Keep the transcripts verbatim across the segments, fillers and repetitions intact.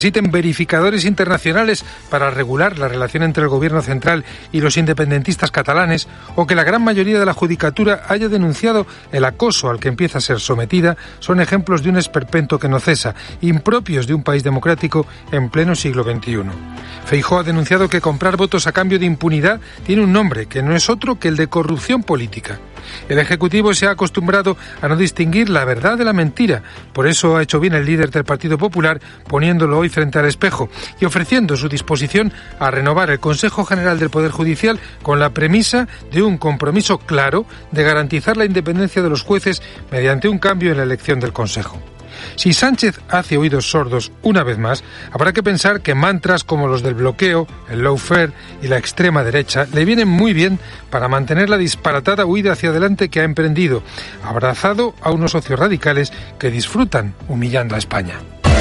Existen verificadores internacionales para regular la relación entre el gobierno central y los independentistas catalanes, o que la gran mayoría de la judicatura haya denunciado el acoso al que empieza a ser sometida, son ejemplos de un esperpento que no cesa, impropios de un país democrático en pleno siglo veintiuno. Feijóo ha denunciado que comprar votos a cambio de impunidad tiene un nombre, que no es otro que el de corrupción política. El Ejecutivo se ha acostumbrado a no distinguir la verdad de la mentira. Por eso ha hecho bien el líder del Partido Popular poniéndolo hoy frente al espejo y ofreciendo su disposición a renovar el Consejo General del Poder Judicial con la premisa de un compromiso claro de garantizar la independencia de los jueces mediante un cambio en la elección del Consejo. Si Sánchez hace oídos sordos una vez más, habrá que pensar que mantras como los del bloqueo, el lawfare y la extrema derecha le vienen muy bien para mantener la disparatada huida hacia adelante que ha emprendido, abrazado a unos socios radicales que disfrutan humillando a España.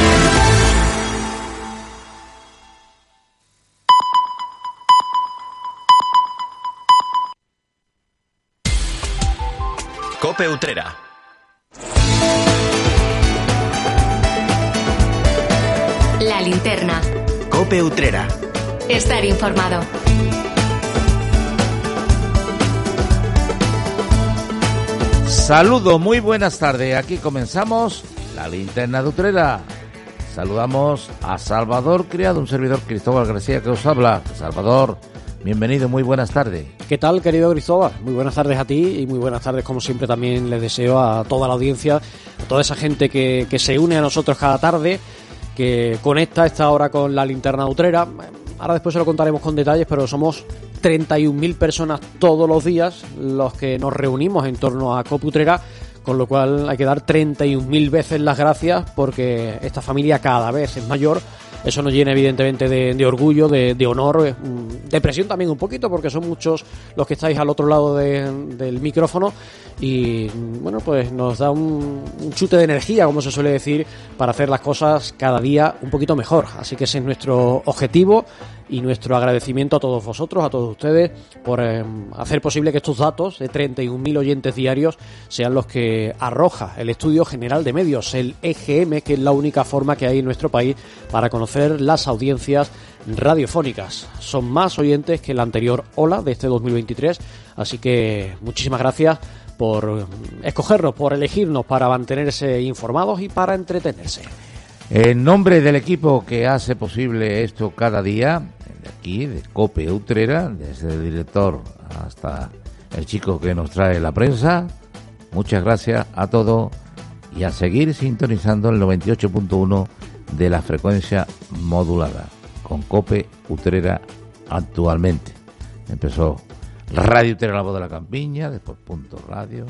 Cope Utrera. La linterna. Cope Utrera. Estar informado. Saludos, muy buenas tardes. Aquí comenzamos la linterna de Utrera. Saludamos a Salvador Criado, un servidor Cristóbal García que os habla. Salvador, bienvenido, muy buenas tardes. ¿Qué tal, querido Cristóbal? Muy buenas tardes a ti y muy buenas tardes, como siempre, también les deseo a toda la audiencia, a toda esa gente que, que se une a nosotros cada tarde, que conecta esta hora con la linterna Utrera. Ahora después se lo contaremos con detalles, pero somos treinta y un mil personas todos los días los que nos reunimos en torno a Cope Utrera, con lo cual hay que dar treinta y un mil veces las gracias porque esta familia cada vez es mayor. Eso nos llena evidentemente de, de orgullo, de, de honor, de presión también un poquito, porque son muchos los que estáis al otro lado de, del micrófono y bueno, pues nos da un, un chute de energía, como se suele decir, para hacer las cosas cada día un poquito mejor. Así que ese es nuestro objetivo y nuestro agradecimiento a todos vosotros, a todos ustedes, por eh, hacer posible que estos datos de treinta y un mil oyentes diarios sean los que arroja el Estudio General de Medios, el E G M, que es la única forma que hay en nuestro país para conocer las audiencias radiofónicas. Son más oyentes que la anterior ola de este dos mil veintitrés, así que muchísimas gracias por escogernos, por elegirnos para mantenerse informados y para entretenerse. En nombre del equipo que hace posible esto cada día, de aquí, de Cope Utrera, desde el director hasta el chico que nos trae la prensa, muchas gracias a todos y a seguir sintonizando el noventa y ocho punto uno de la frecuencia modulada, con Cope Utrera actualmente. Empezó Radio Utrera, la voz de la campiña, después Punto Radio,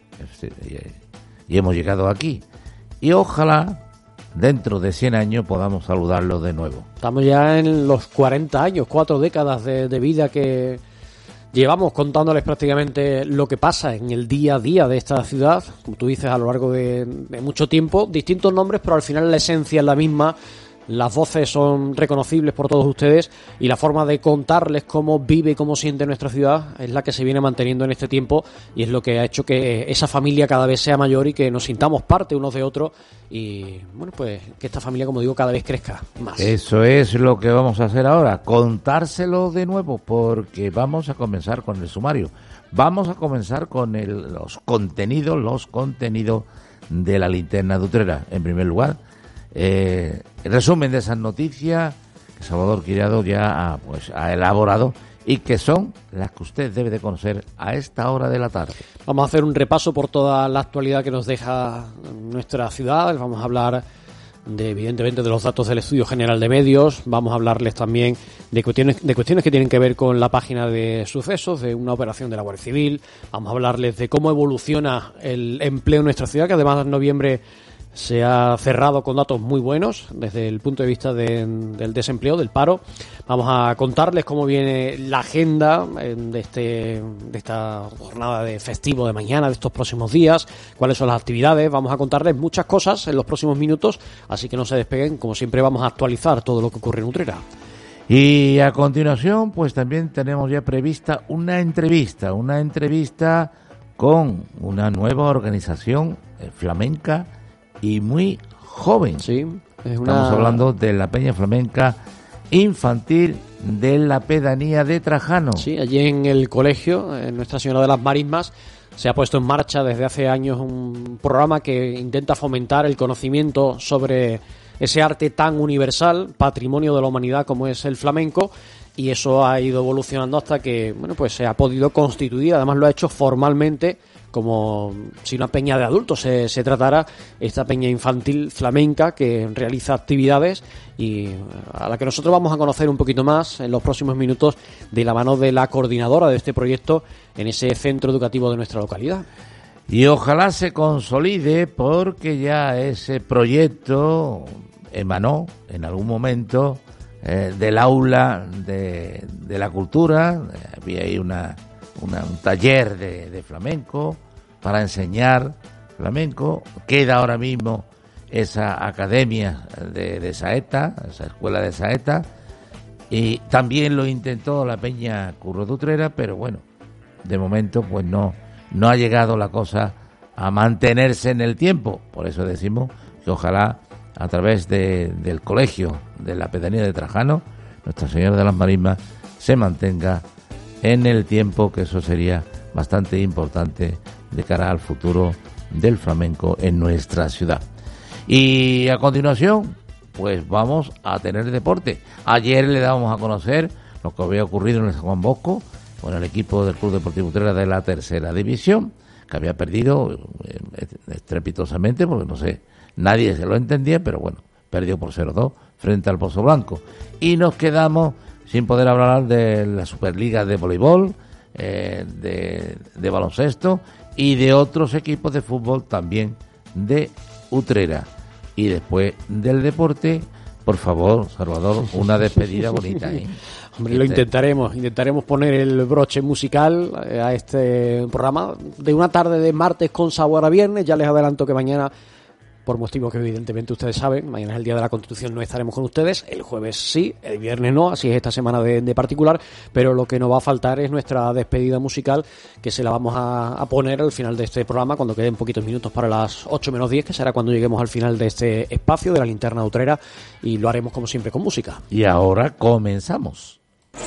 y hemos llegado aquí. Y ojalá dentro de cien años podamos saludarlos de nuevo. Estamos ya en los cuarenta años, cuatro décadas de, de vida que llevamos contándoles prácticamente lo que pasa en el día a día de esta ciudad, como tú dices, a lo largo de, de mucho tiempo, distintos nombres, pero al final la esencia es la misma. Las voces son reconocibles por todos ustedes y la forma de contarles cómo vive y cómo siente nuestra ciudad es la que se viene manteniendo en este tiempo y es lo que ha hecho que esa familia cada vez sea mayor y que nos sintamos parte unos de otros y, bueno, pues que esta familia, como digo, cada vez crezca más. Eso es lo que vamos a hacer ahora, contárselo de nuevo, porque vamos a comenzar con el sumario. Vamos a comenzar con el, los contenidos, los contenidos de la linterna de Utrera. En primer lugar, Eh, el resumen de esas noticias que Salvador Criado ya ha, pues, ha elaborado y que son las que usted debe de conocer a esta hora de la tarde. Vamos a hacer un repaso por toda la actualidad que nos deja nuestra ciudad. Vamos a hablar de, evidentemente, de los datos del Estudio General de Medios. Vamos a hablarles también de cuestiones, de cuestiones que tienen que ver con la página de sucesos, de una operación de la Guardia Civil. Vamos a hablarles de cómo evoluciona el empleo en nuestra ciudad, que además en noviembre se ha cerrado con datos muy buenos desde el punto de vista de, del desempleo, del paro. Vamos a contarles cómo viene la agenda de, este, de esta jornada de festivo de mañana, de estos próximos días, cuáles son las actividades. Vamos a contarles muchas cosas en los próximos minutos, así que no se despeguen. Como siempre, vamos a actualizar todo lo que ocurre en Utrera. Y a continuación, pues también tenemos ya prevista una entrevista, una entrevista con una nueva organización flamenca y muy joven. Sí. Es una... Estamos hablando de la Peña Flamenca Infantil de la pedanía de Trajano. Sí, allí en el colegio, en Nuestra Señora de las Marismas, se ha puesto en marcha desde hace años un programa que intenta fomentar el conocimiento sobre ese arte tan universal, patrimonio de la humanidad como es el flamenco, y eso ha ido evolucionando hasta que, bueno, pues se ha podido constituir, además lo ha hecho formalmente, como si una peña de adultos se, se tratara, esta peña infantil flamenca que realiza actividades y a la que nosotros vamos a conocer un poquito más en los próximos minutos de la mano de la coordinadora de este proyecto en ese centro educativo de nuestra localidad. Y ojalá se consolide, porque ya ese proyecto emanó en algún momento eh, del aula de, de la cultura. Había ahí una, una, un taller de, de flamenco para enseñar flamenco. Queda ahora mismo esa academia de, de Saeta, esa escuela de Saeta, y también lo intentó la Peña Curro de Utrera, pero bueno, de momento pues no no ha llegado la cosa a mantenerse en el tiempo. Por eso decimos que ojalá a través de, del colegio de la pedanía de Trajano, Nuestra Señora de las Marismas se mantenga en el tiempo, que eso sería bastante importante de cara al futuro del flamenco en nuestra ciudad. Y a continuación, pues vamos a tener deporte. Ayer le dábamos a conocer lo que había ocurrido en el San Juan Bosco con el equipo del Club Deportivo Utrera de la tercera división, que había perdido estrepitosamente, porque no sé, nadie se lo entendía, pero bueno, perdió por cero dos frente al Pozo Blanco. Y nos quedamos sin poder hablar de la Superliga de voleibol, eh, de, de baloncesto y de otros equipos de fútbol también de Utrera. Y después del deporte, por favor, Salvador, una despedida bonita, ¿eh? Hombre, lo intentaremos, intentaremos poner el broche musical a este programa de una tarde de martes con sabor a viernes. Ya les adelanto que mañana, por motivos que evidentemente ustedes saben, mañana es el Día de la Constitución, no estaremos con ustedes, el jueves sí, el viernes no, así es esta semana de, de particular, pero lo que no va a faltar es nuestra despedida musical, que se la vamos a, a poner al final de este programa, cuando queden poquitos minutos para las ocho menos diez, que será cuando lleguemos al final de este espacio de la Linterna Utrera, y lo haremos como siempre con música. Y ahora comenzamos.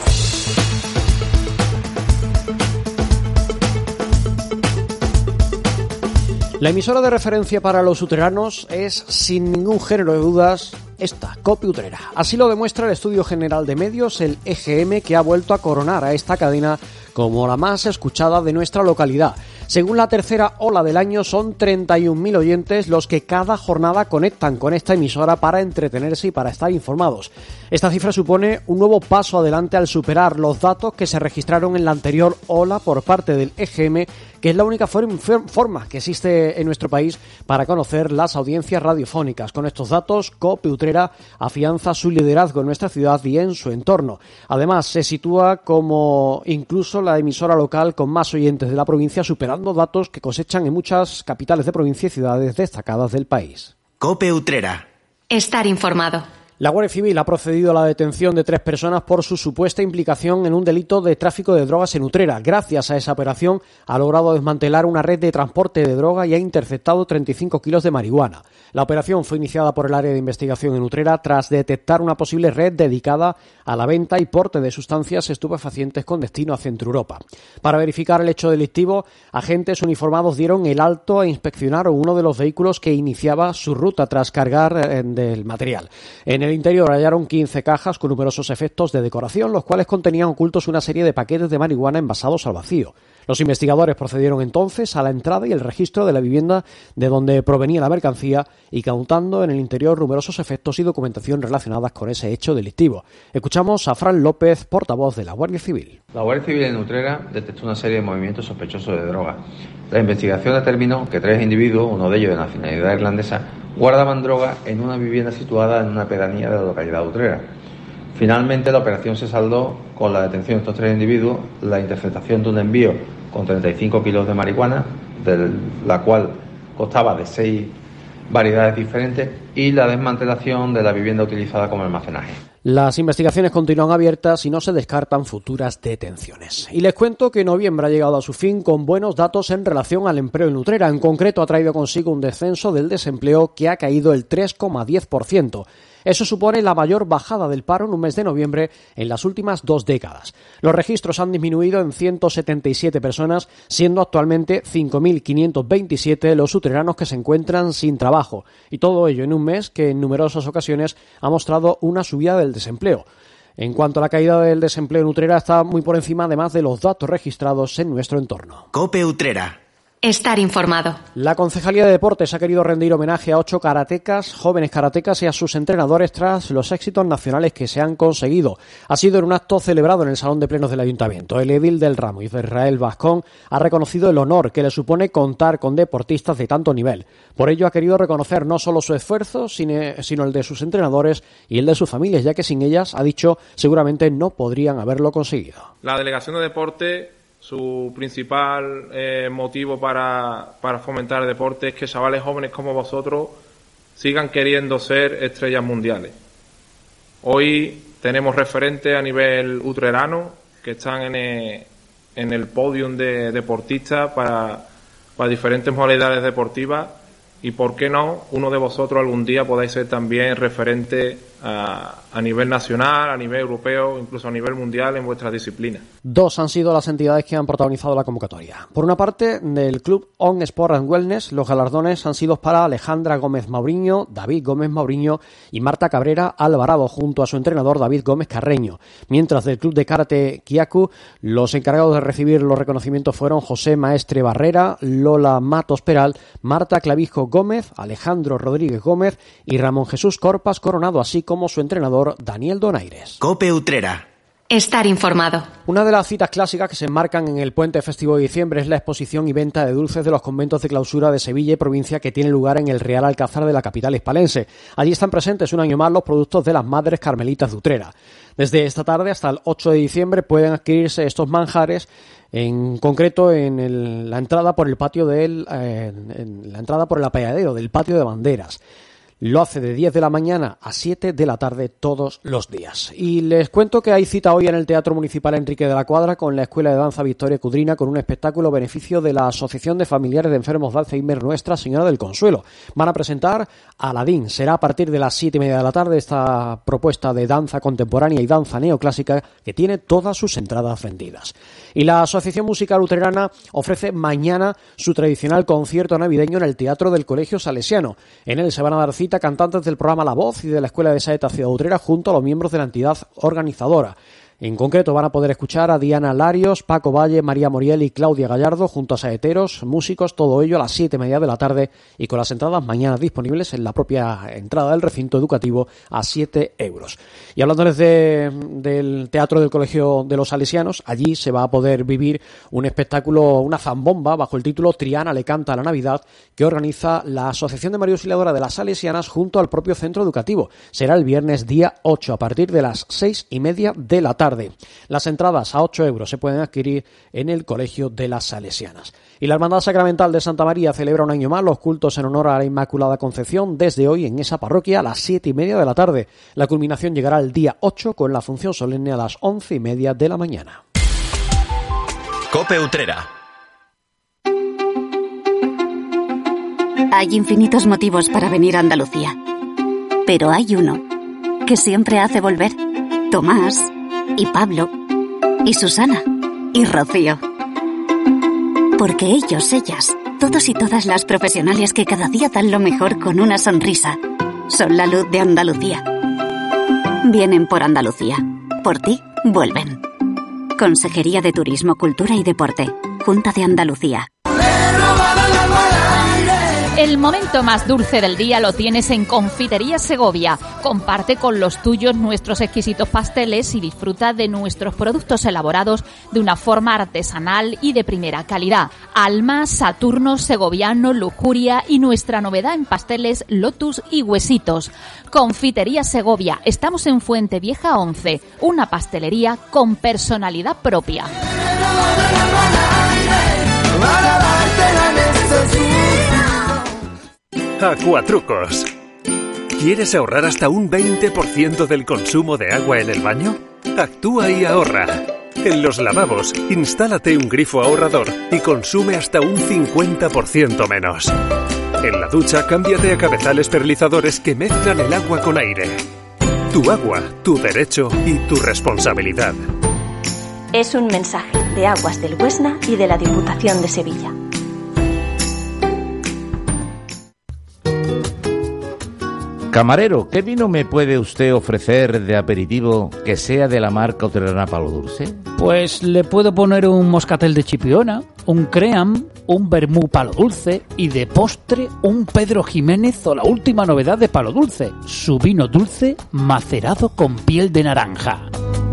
La emisora de referencia para los utreranos es, sin ningún género de dudas, esta, COPE Utrera. Así lo demuestra el Estudio General de Medios, el E G M, que ha vuelto a coronar a esta cadena como la más escuchada de nuestra localidad. Según la tercera ola del año, son treinta y un mil oyentes los que cada jornada conectan con esta emisora para entretenerse y para estar informados. Esta cifra supone un nuevo paso adelante al superar los datos que se registraron en la anterior ola por parte del E G M, que es la única forma que existe en nuestro país para conocer las audiencias radiofónicas. Con estos datos, COPE Utrera afianza su liderazgo en nuestra ciudad y en su entorno. Además, se sitúa como incluso la emisora local con más oyentes de la provincia, superando datos que cosechan en muchas capitales de provincia y ciudades destacadas del país. COPE Utrera. Estar informado. La Guardia Civil ha procedido a la detención de tres personas por su supuesta implicación en un delito de tráfico de drogas en Utrera. Gracias a esa operación ha logrado desmantelar una red de transporte de droga y ha interceptado treinta y cinco kilos de marihuana. La operación fue iniciada por el área de investigación en Utrera tras detectar una posible red dedicada a la venta y porte de sustancias estupefacientes con destino a Centro Europa. Para verificar el hecho delictivo, agentes uniformados dieron el alto a inspeccionar uno de los vehículos que iniciaba su ruta tras cargar eh, del material. En el interior hallaron quince cajas con numerosos efectos de decoración, los cuales contenían ocultos una serie de paquetes de marihuana envasados al vacío. Los investigadores procedieron entonces a la entrada y el registro de la vivienda de donde provenía la mercancía, y cautando en el interior numerosos efectos y documentación relacionadas con ese hecho delictivo. Escuchamos a Fran López, portavoz de la Guardia Civil. La Guardia Civil en Utrera detectó una serie de movimientos sospechosos de droga. La investigación determinó que tres individuos, uno de ellos de nacionalidad irlandesa, guardaban droga en una vivienda situada en una pedanía de la localidad de Utrera. Finalmente, la operación se saldó con la detención de estos tres individuos, la interceptación de un envío con treinta y cinco kilos de marihuana, de la cual constaba de seis variedades diferentes y la desmantelación de la vivienda utilizada como almacenaje. Las investigaciones continúan abiertas y no se descartan futuras detenciones. Y les cuento que noviembre ha llegado a su fin con buenos datos en relación al empleo en Utrera. En concreto, ha traído consigo un descenso del desempleo que ha caído el tres coma diez por ciento. Eso supone la mayor bajada del paro en un mes de noviembre en las últimas dos décadas. Los registros han disminuido en ciento setenta y siete personas, siendo actualmente cinco mil quinientos veintisiete los utreranos que se encuentran sin trabajo. Y todo ello en un mes que en numerosas ocasiones ha mostrado una subida del desempleo. En cuanto a la caída del desempleo en Utrera, está muy por encima además de los datos registrados en nuestro entorno. COPE Utrera. Estar informado. La Concejalía de Deportes ha querido rendir homenaje a ocho karatecas, jóvenes karatecas y a sus entrenadores tras los éxitos nacionales que se han conseguido. Ha sido en un acto celebrado en el Salón de Plenos del Ayuntamiento. El edil del Ramo, Israel Vascón, ha reconocido el honor que le supone contar con deportistas de tanto nivel. Por ello ha querido reconocer no solo su esfuerzo, sino el de sus entrenadores y el de sus familias, ya que sin ellas, ha dicho, seguramente no podrían haberlo conseguido. La Delegación de Deporte, su principal eh, motivo para, para fomentar el deporte es que chavales jóvenes como vosotros sigan queriendo ser estrellas mundiales. Hoy tenemos referentes a nivel utrerano que están en el, en el podium de deportistas para, para diferentes modalidades deportivas y, por qué no, uno de vosotros algún día podáis ser también referente a, a nivel nacional, a nivel europeo, incluso a nivel mundial en vuestras disciplinas. Dos han sido las entidades que han protagonizado la convocatoria. Por una parte, del Club On Sport and Wellness, los galardones han sido para Alejandra Gómez Mauriño, David Gómez Mauriño y Marta Cabrera Alvarado, junto a su entrenador David Gómez Carreño. Mientras del Club de Karate Kyaku, los encargados de recibir los reconocimientos fueron José Maestre Barrera, Lola Matos Peral, Marta Clavijo Gómez, Alejandro Rodríguez Gómez y Ramón Jesús Corpas Coronado, así como su entrenador Daniel Donaires. COPE Utrera. Estar informado. Una de las citas clásicas que se enmarcan en el puente festivo de diciembre es la exposición y venta de dulces de los conventos de clausura de Sevilla y provincia, que tiene lugar en el Real Alcázar de la capital hispalense. Allí están presentes un año más los productos de las Madres Carmelitas de Utrera. Desde esta tarde hasta el ocho de diciembre pueden adquirirse estos manjares, en concreto en el, la entrada por el patio del eh, en la entrada por el apeadero del patio de banderas. Lo hace de diez de la mañana a siete de la tarde todos los días. Y les cuento que hay cita hoy en el Teatro Municipal Enrique de la Cuadra con la Escuela de Danza Victoria Cudrina, con un espectáculo a beneficio de la Asociación de Familiares de Enfermos de Alzheimer Nuestra Señora del Consuelo. Van a presentar Aladín. Será a partir de las siete y media de la tarde esta propuesta de danza contemporánea y danza neoclásica que tiene todas sus entradas vendidas. Y la Asociación Musical Utrerana ofrece mañana su tradicional concierto navideño en el Teatro del Colegio Salesiano. En él se van a dar cita cantantes del programa La Voz y de la Escuela de Saeta Ciudad Utrera junto a los miembros de la entidad organizadora. En concreto van a poder escuchar a Diana Larios, Paco Valle, María Moriel y Claudia Gallardo junto a saeteros, músicos, todo ello a las siete y media de la tarde y con las entradas mañana disponibles en la propia entrada del recinto educativo a siete euros. Y hablándoles de, del Teatro del Colegio de los Salesianos, allí se va a poder vivir un espectáculo, una zambomba bajo el título Triana le canta a la Navidad, que organiza la Asociación de María Auxiliadora de las Salesianas junto al propio centro educativo. Será el viernes día ocho a partir de las seis y media de la tarde. Las entradas a ocho euros se pueden adquirir en el Colegio de las Salesianas. Y la Hermandad Sacramental de Santa María celebra un año más los cultos en honor a la Inmaculada Concepción desde hoy en esa parroquia a las siete y media de la tarde. La culminación llegará el día ocho con la función solemne a las once y media de la mañana. COPE Utrera. Hay infinitos motivos para venir a Andalucía, pero hay uno que siempre hace volver. Tomás y Pablo y Susana y Rocío. Porque ellos, ellas, todos y todas las profesionales que cada día dan lo mejor con una sonrisa, son la luz de Andalucía. Vienen por Andalucía. Por ti, vuelven. Consejería de Turismo, Cultura y Deporte. Junta de Andalucía. El momento más dulce del día lo tienes en Confitería Segovia. Comparte con los tuyos nuestros exquisitos pasteles y disfruta de nuestros productos elaborados de una forma artesanal y de primera calidad. Alma, Saturno, Segoviano, Lujuria y nuestra novedad en pasteles Lotus y Huesitos. Confitería Segovia. Estamos en Fuente Vieja once, una pastelería con personalidad propia. Acuatrucos. ¿Quieres ahorrar hasta un veinte por ciento del consumo de agua en el baño? Actúa y ahorra. En los lavabos, instálate un grifo ahorrador y consume hasta un cincuenta por ciento menos. En la ducha, cámbiate a cabezales perlizadores que mezclan el agua con aire. Tu agua, tu derecho y tu responsabilidad. Es un mensaje de Aguas del Huesna y de la Diputación de Sevilla. Camarero, ¿qué vino me puede usted ofrecer de aperitivo que sea de la marca Utrerana Palo Dulce? Pues le puedo poner un moscatel de Chipiona, un cream, un vermú Palo Dulce y de postre un Pedro Jiménez o la última novedad de Palo Dulce, su vino dulce macerado con piel de naranja.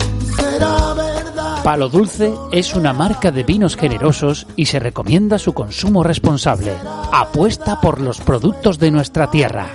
Palo Dulce es una marca de vinos generosos y se recomienda su consumo responsable. Apuesta por los productos de nuestra tierra.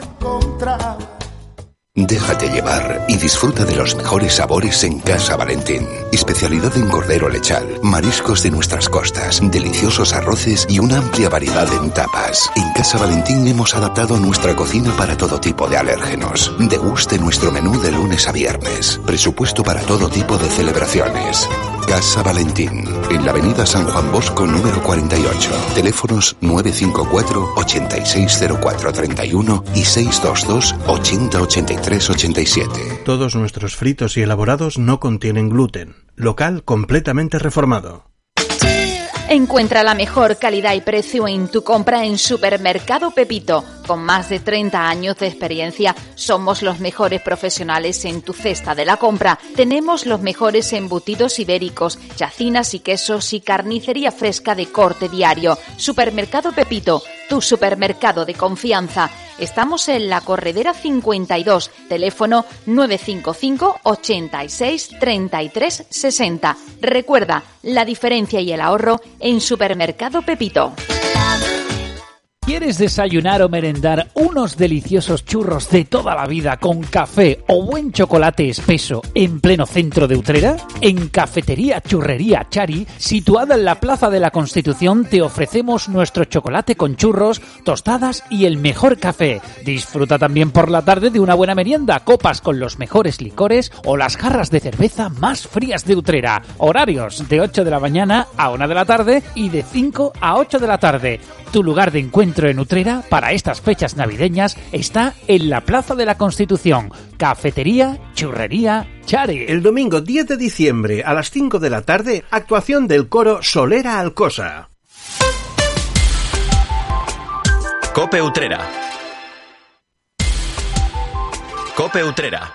Déjate llevar y disfruta de los mejores sabores en Casa Valentín. Especialidad en cordero lechal, mariscos de nuestras costas, deliciosos arroces y una amplia variedad en tapas. En Casa Valentín hemos adaptado nuestra cocina para todo tipo de alérgenos. Deguste nuestro menú de lunes a viernes. Presupuesto para todo tipo de celebraciones. Casa Valentín, en la avenida San Juan Bosco número cuarenta y ocho. Teléfonos nueve cinco cuatro, ocho seis cero cuatro tres uno y seis dos dos, ochenta ochenta y tres ochenta y siete. Todos nuestros fritos y elaborados no contienen gluten. Local completamente reformado. Encuentra la mejor calidad y precio en tu compra en Supermercado Pepito. Con más de treinta años de experiencia, somos los mejores profesionales en tu cesta de la compra. Tenemos los mejores embutidos ibéricos, chacinas y quesos y carnicería fresca de corte diario. Supermercado Pepito, tu supermercado de confianza. Estamos en la Corredera cincuenta y dos, teléfono nueve cinco cinco, ochenta y seis, treinta y tres, sesenta. Recuerda, la diferencia y el ahorro en Supermercado Pepito. ¿Quieres desayunar o merendar unos deliciosos churros de toda la vida con café o buen chocolate espeso en pleno centro de Utrera? En Cafetería Churrería Chari, situada en la Plaza de la Constitución, te ofrecemos nuestro chocolate con churros, tostadas y el mejor café. Disfruta también por la tarde de una buena merienda, copas con los mejores licores o las jarras de cerveza más frías de Utrera. Horarios de ocho de la mañana a una de la tarde y de cinco a ocho de la tarde. Tu lugar de encuentro en Utrera para estas fechas navideñas está en la Plaza de la Constitución. Cafetería Churrería Chari. El domingo diez de diciembre a las cinco de la tarde, actuación del coro Solera Alcosa. Cope Utrera. Cope Utrera.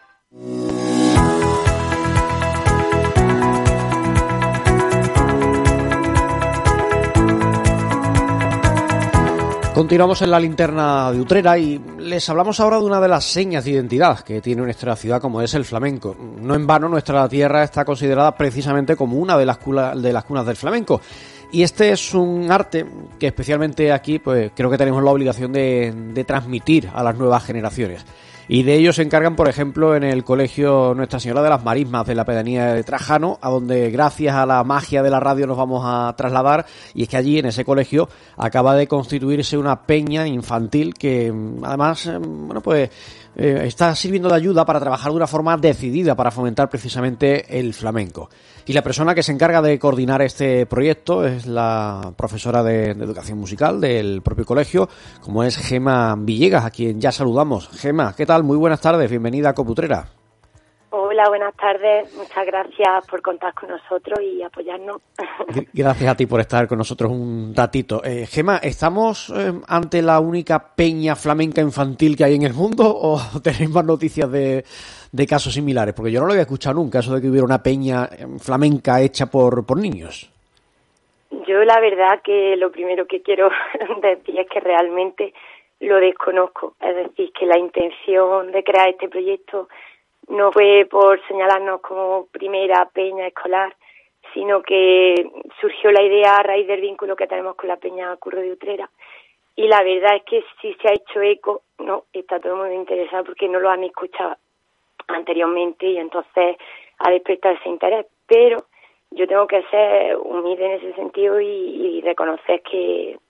Continuamos en la linterna de Utrera y les hablamos ahora de una de las señas de identidad que tiene nuestra ciudad, como es el flamenco. No en vano nuestra tierra está considerada precisamente como una de las, cula, de las cunas del flamenco. Y este es un arte que especialmente aquí pues creo que tenemos la obligación de, de transmitir a las nuevas generaciones. Y de ello se encargan, por ejemplo, en el Colegio Nuestra Señora de las Marismas de la pedanía de Trajano, a donde gracias a la magia de la radio nos vamos a trasladar. Y es que allí, en ese colegio, acaba de constituirse una peña infantil que, además, bueno, pues eh, está sirviendo de ayuda para trabajar de una forma decidida para fomentar precisamente el flamenco. Y la persona que se encarga de coordinar este proyecto es la profesora de, de educación musical del propio colegio, como es Gema Villegas, a quien ya saludamos. Gema, ¿qué tal? Muy buenas tardes, bienvenida a Cope Utrera. Hola, buenas tardes. Muchas gracias por contar con nosotros y apoyarnos. Gracias a ti por estar con nosotros un ratito. Eh, Gema, ¿estamos eh, ante la única peña flamenca infantil que hay en el mundo o tenéis más noticias de, de casos similares? Porque yo no lo había escuchado nunca, eso de que hubiera una peña flamenca hecha por, por niños. Yo la verdad que lo primero que quiero decir es que realmente lo desconozco. Es decir, que la intención de crear este proyecto no fue por señalarnos como primera peña escolar, sino que surgió la idea a raíz del vínculo que tenemos con la Peña Curro de Utrera. Y la verdad es que sí se ha hecho eco, no está todo el mundo interesado porque no lo han escuchado anteriormente y entonces ha despertado ese interés. Pero yo tengo que ser humilde en ese sentido y, y reconocer que,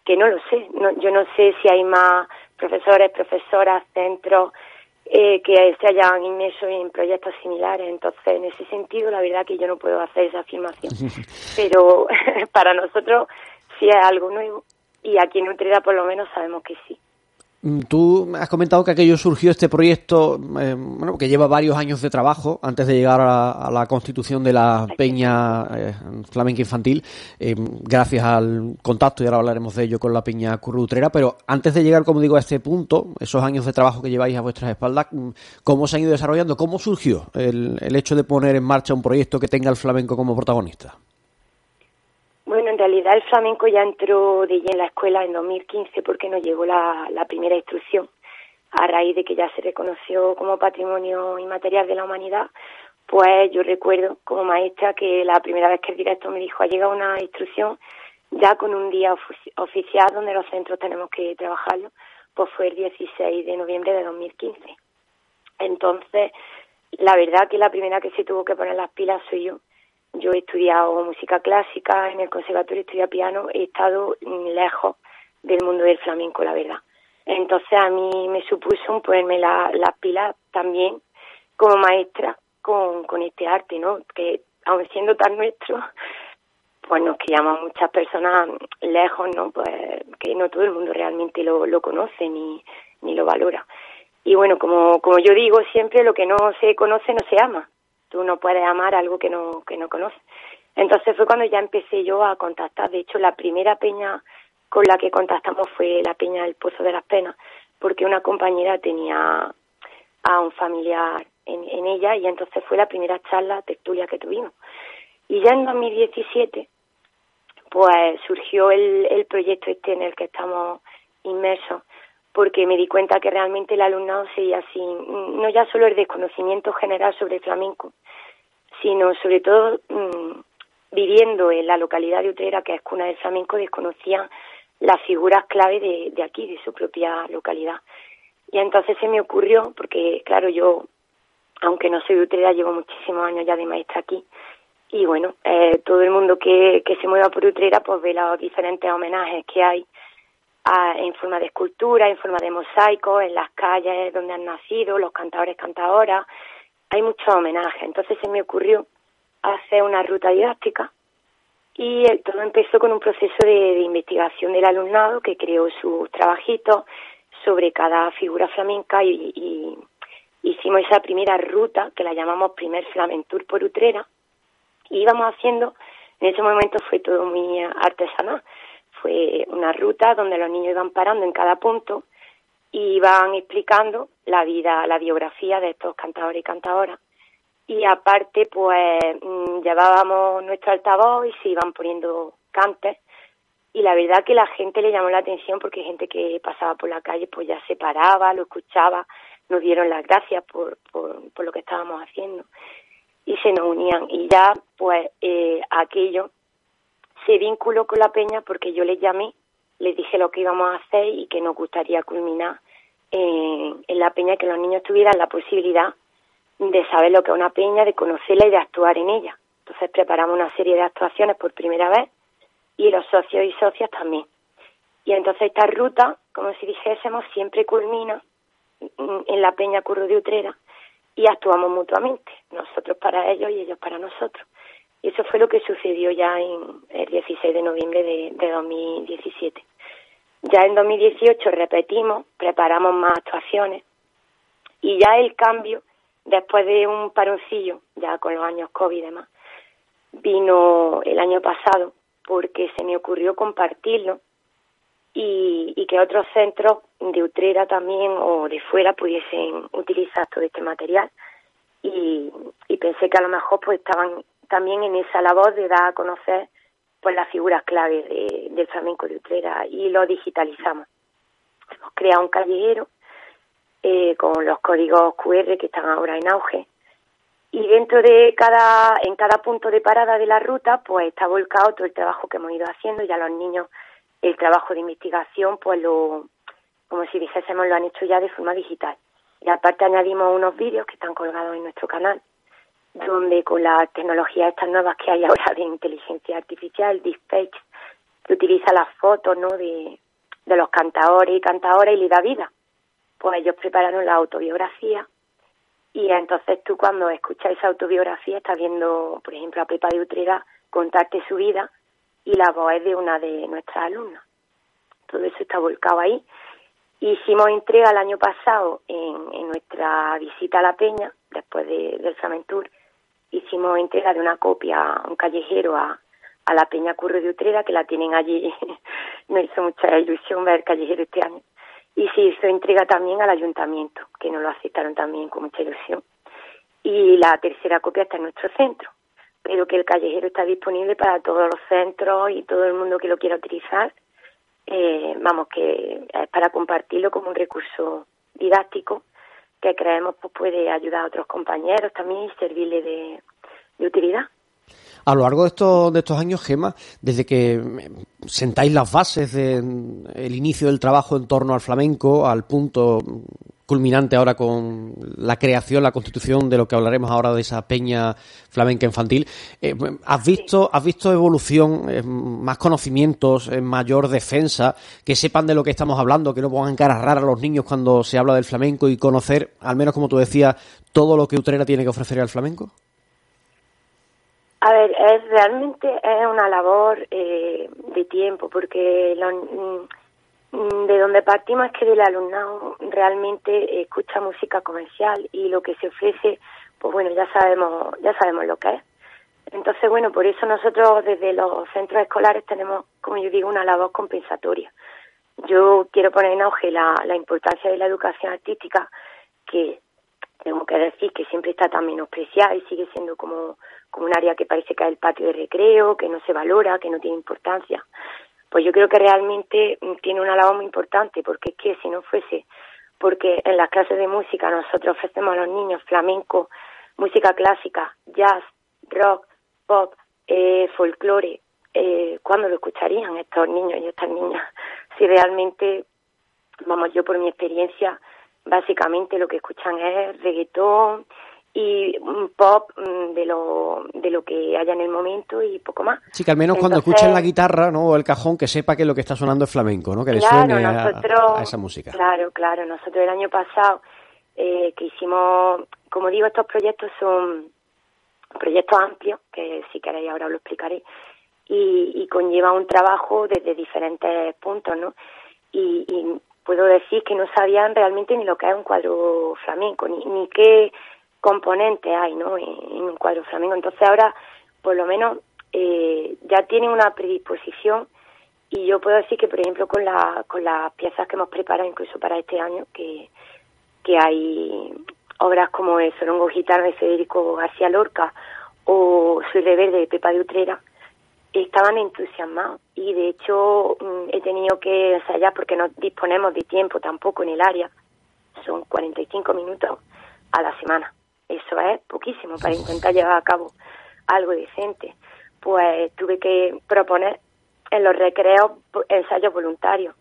que no lo sé. No, yo no sé si hay más profesores, profesoras, centros eh, que se hayan inmerso en proyectos similares. Entonces, en ese sentido, la verdad que yo no puedo hacer esa afirmación. Pero para nosotros sí es algo nuevo y aquí en Utrera por lo menos sabemos que sí. Tú has comentado que aquello surgió, este proyecto, eh, bueno, que lleva varios años de trabajo antes de llegar a la, a la constitución de la Peña eh, Flamenca Infantil, eh, gracias al contacto, y ahora hablaremos de ello, con la Peña Curro de Utrera. Pero antes de llegar, como digo, a este punto, esos años de trabajo que lleváis a vuestras espaldas, ¿cómo se han ido desarrollando? ¿Cómo surgió el, el hecho de poner en marcha un proyecto que tenga el flamenco como protagonista? Bueno, en realidad el flamenco ya entró de lleno en la escuela en dos mil quince porque nos llegó la, la primera instrucción. A raíz de que ya se reconoció como patrimonio inmaterial de la humanidad, pues yo recuerdo como maestra que la primera vez que el director me dijo: ha llegado una instrucción ya con un día ofici- oficial donde los centros tenemos que trabajarlo, pues fue el dieciséis de noviembre de dos mil quince. Entonces, la verdad que la primera que se tuvo que poner las pilas soy yo. Yo he estudiado música clásica, en el conservatorio he estudiado piano, he estado lejos del mundo del flamenco, la verdad. Entonces a mí me supuso ponerme la, las pilas también como maestra con, con este arte, ¿no? Que aun siendo tan nuestro, pues nos criamos muchas personas lejos, ¿no? Pues que no todo el mundo realmente lo, lo conoce ni, ni lo valora. Y bueno, como, como yo digo siempre, lo que no se conoce no se ama. Tú no puedes amar algo que no que no conoces. Entonces fue cuando ya empecé yo a contactar. De hecho, la primera peña con la que contactamos fue la Peña del Pozo de las Penas, porque una compañera tenía a un familiar en, en ella, y entonces fue la primera charla, tertulia que tuvimos. Y ya en dos mil diecisiete, pues surgió el, el proyecto este en el que estamos inmersos, porque me di cuenta que realmente el alumnado seguía sin, no ya solo el desconocimiento general sobre el flamenco, sino sobre todo mmm, viviendo en la localidad de Utrera, que es cuna del flamenco, desconocían las figuras clave de, de aquí, de su propia localidad. Y entonces se me ocurrió, porque claro, yo, aunque no soy de Utrera, llevo muchísimos años ya de maestra aquí, y bueno, eh, todo el mundo que, que se mueva por Utrera pues ve los diferentes homenajes que hay A, en forma de escultura, en forma de mosaico, en las calles donde han nacido, los cantadores, cantadoras, hay muchos homenajes. Entonces se me ocurrió hacer una ruta didáctica y el, todo empezó con un proceso de, de investigación del alumnado que creó sus trabajitos sobre cada figura flamenca y, y hicimos esa primera ruta que la llamamos Primer Flamentour por Utrera, y íbamos haciendo, en ese momento fue todo muy artesanal. Fue una ruta donde los niños iban parando en cada punto y iban explicando la vida, la biografía de estos cantadores y cantadoras. Y aparte, pues, llevábamos nuestro altavoz y se iban poniendo cantes. Y la verdad que la gente le llamó la atención porque gente que pasaba por la calle pues ya se paraba, lo escuchaba, nos dieron las gracias por, por, por lo que estábamos haciendo. Y se nos unían. Y ya, pues, eh, aquello se vinculó con la peña porque yo les llamé, les dije lo que íbamos a hacer y que nos gustaría culminar en, en la peña, que los niños tuvieran la posibilidad de saber lo que es una peña, de conocerla y de actuar en ella. Entonces preparamos una serie de actuaciones por primera vez y los socios y socias también. Y entonces esta ruta, como si dijésemos, siempre culmina en la Peña Curro de Utrera y actuamos mutuamente, nosotros para ellos y ellos para nosotros. Y eso fue lo que sucedió ya en el dieciséis de noviembre de, de dos mil diecisiete. Ya en dos mil dieciocho repetimos, preparamos más actuaciones y ya el cambio, después de un paroncillo, ya con los años COVID y demás, vino el año pasado porque se me ocurrió compartirlo y, y que otros centros de Utrera también o de fuera pudiesen utilizar todo este material. Y, y pensé que a lo mejor pues estaban también en esa labor de dar a conocer pues las figuras clave de, del flamenco de Utrera, y lo digitalizamos. Hemos creado un callejero eh, con los códigos cu erre que están ahora en auge, y dentro de cada en cada punto de parada de la ruta pues está volcado todo el trabajo que hemos ido haciendo. Ya los niños el trabajo de investigación pues lo, como si dijésemos, lo han hecho ya de forma digital, y aparte añadimos unos vídeos que están colgados en nuestro canal, donde con las tecnologías estas nuevas que hay ahora de inteligencia artificial, deepfakes, que utiliza las fotos, ¿no?, de, de los cantadores y cantadoras y le da vida. Pues ellos prepararon la autobiografía y entonces tú cuando escuchas esa autobiografía estás viendo, por ejemplo, a Pepa de Utrera contarte su vida y la voz es de una de nuestras alumnas. Todo eso está volcado ahí. Hicimos entrega el año pasado en, en nuestra visita a La Peña, después de, del Flamentour, hicimos entrega de una copia a un callejero a, a La Peña Curro de Utrera, que la tienen allí. Me hizo mucha ilusión ver el callejero este año. Y se hizo entrega también al ayuntamiento, que nos lo aceptaron también con mucha ilusión. Y la tercera copia está en nuestro centro, pero que el callejero está disponible para todos los centros y todo el mundo que lo quiera utilizar. Eh, vamos, que es para compartirlo como un recurso didáctico que creemos pues puede ayudar a otros compañeros también y servirle de, de utilidad. A lo largo de estos, de estos años, Gemma, desde que sentáis las bases del inicio del trabajo en torno al flamenco, al punto culminante ahora con la creación, la constitución de lo que hablaremos ahora de esa peña flamenca infantil, eh, ¿has visto has visto evolución, eh, más conocimientos, eh, mayor defensa, que sepan de lo que estamos hablando, que no pongan caras raras a los niños cuando se habla del flamenco y conocer, al menos como tú decías, todo lo que Utrera tiene que ofrecer al flamenco? A ver, es realmente es una labor eh, de tiempo, porque lo, de donde partimos es que el alumnado realmente escucha música comercial y lo que se ofrece, pues bueno, ya sabemos ya sabemos lo que es. Entonces, bueno, por eso nosotros desde los centros escolares tenemos, como yo digo, una labor compensatoria. Yo quiero poner en auge la, la importancia de la educación artística, que tengo que decir que siempre está tan menospreciada y sigue siendo como como un área que parece que es el patio de recreo, que no se valora, que no tiene importancia. Pues yo creo que realmente tiene una labor muy importante, porque es que si no fuese porque en las clases de música nosotros ofrecemos a los niños flamenco, música clásica, jazz, rock, pop, eh, folclore, eh, ¿cuándo lo escucharían estos niños y estas niñas? Si realmente, vamos, yo por mi experiencia, básicamente lo que escuchan es reggaetón y pop de lo de lo que haya en el momento y poco más. Sí, que al menos Entonces, cuando escuchen la guitarra, ¿no?, o el cajón, que sepa que lo que está sonando es flamenco, ¿no?, que claro, le suene a, nosotros, a esa música. Claro, claro. Nosotros el año pasado eh, que hicimos, como digo, estos proyectos son proyectos amplios, que si queréis ahora os lo explicaré, y, y conlleva un trabajo desde diferentes puntos, ¿no? Y, y puedo decir que no sabían realmente ni lo que es un cuadro flamenco, ni, ni qué componentes hay, ¿no?, en, en un cuadro flamenco. Entonces ahora, por lo menos, eh, ya tienen una predisposición, y yo puedo decir que, por ejemplo, con la con las piezas que hemos preparado incluso para este año, que que hay obras como el Zorongo Gitano de Federico García Lorca o Soy Reverde de Pepa de Utrera, estaban entusiasmados, y de hecho he tenido que ensayar porque no disponemos de tiempo tampoco en el área. Son cuarenta y cinco minutos a la semana. Eso es poquísimo para intentar llevar a cabo algo decente. Pues tuve que proponer en los recreos ensayos voluntarios,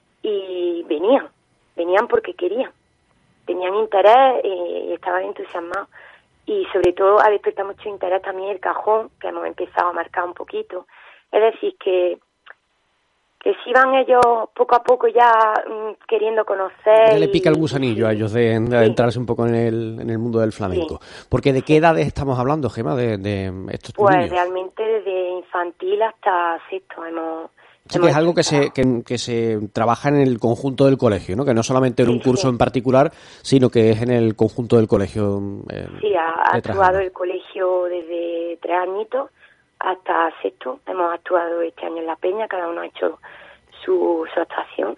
y venían, venían porque querían, tenían interés y estaban entusiasmados. Y sobre todo ha despertado mucho interés también el cajón, que hemos empezado a marcar un poquito. Es decir, que que si van ellos poco a poco ya mmm, queriendo conocer. Ya le pica el gusanillo a ellos de, de adentrarse un poco en el, en el mundo del flamenco. Sí. Porque ¿de qué edades estamos hablando, Gemma, de, de estos pues niños? Pues realmente desde infantil hasta sexto hemos... Sí, que es algo que se, que, que se trabaja en el conjunto del colegio, ¿no? Que no solamente en un sí, curso sí. en particular, sino que es en el conjunto del colegio. Eh, sí, ha actuado el colegio desde tres añitos hasta sexto. Hemos actuado este año en La Peña, cada uno ha hecho su, su actuación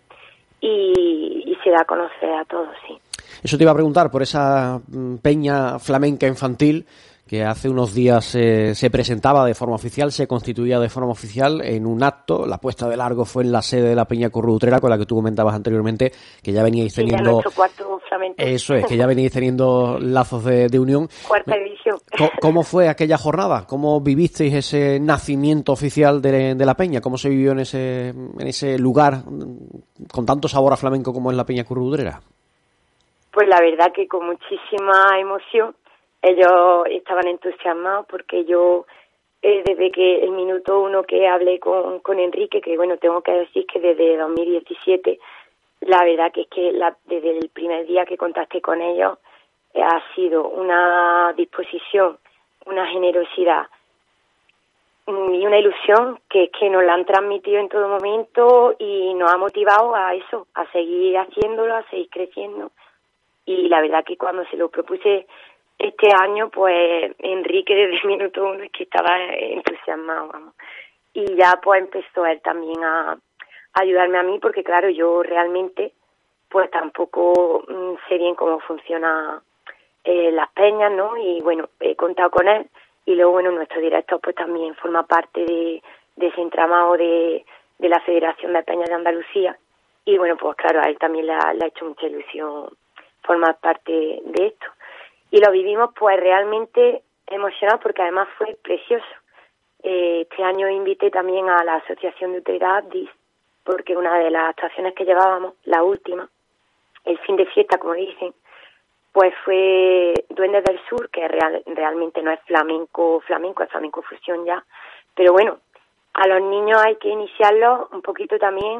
y, y se da a conocer a todos, sí. Eso te iba a preguntar, por esa peña flamenca infantil que hace unos días eh, se presentaba de forma oficial, se constituía de forma oficial en un acto. La puesta de largo fue en la sede de la Peña Curro de Utrera, con la que tú comentabas anteriormente, que ya veníais teniendo... Sí, nuestro cuarto flamenco. Eso es, que ya veníais teniendo lazos de, de unión. Cuarta división. ¿Cómo fue aquella jornada? ¿Cómo vivisteis ese nacimiento oficial de, de la Peña? ¿Cómo se vivió en ese, en ese lugar con tanto sabor a flamenco como es la Peña Curro de Utrera? Pues la verdad que con muchísima emoción. Ellos estaban entusiasmados porque yo eh, desde que el minuto uno que hablé con, con Enrique, que bueno, tengo que decir que desde dos mil diecisiete, la verdad que es que la, desde el primer día que contacté con ellos, eh, ha sido una disposición, una generosidad y una ilusión que es que nos la han transmitido en todo momento y nos ha motivado a eso, a seguir haciéndolo, a seguir creciendo. Y la verdad que cuando se lo propuse este año, pues Enrique desde el minuto uno es que estaba entusiasmado, vamos. Y ya pues empezó él también a, a ayudarme a mí, porque claro, yo realmente pues tampoco mmm, sé bien cómo funciona eh, las peñas, ¿no? Y bueno, he contado con él. Y luego, bueno, nuestro director pues también forma parte de, de ese entramado de, de la Federación de Peñas de Andalucía. Y bueno, pues claro, a él también le ha, le ha hecho mucha ilusión formar parte de esto. Y lo vivimos pues realmente emocionados porque además fue precioso. Eh, este año invité también a la Asociación de Utrera Abdis, porque una de las actuaciones que llevábamos, la última, el fin de fiesta, como dicen, pues fue Duendes del Sur, que real, realmente no es flamenco, flamenco, es flamenco fusión ya. Pero bueno, a los niños hay que iniciarlos un poquito también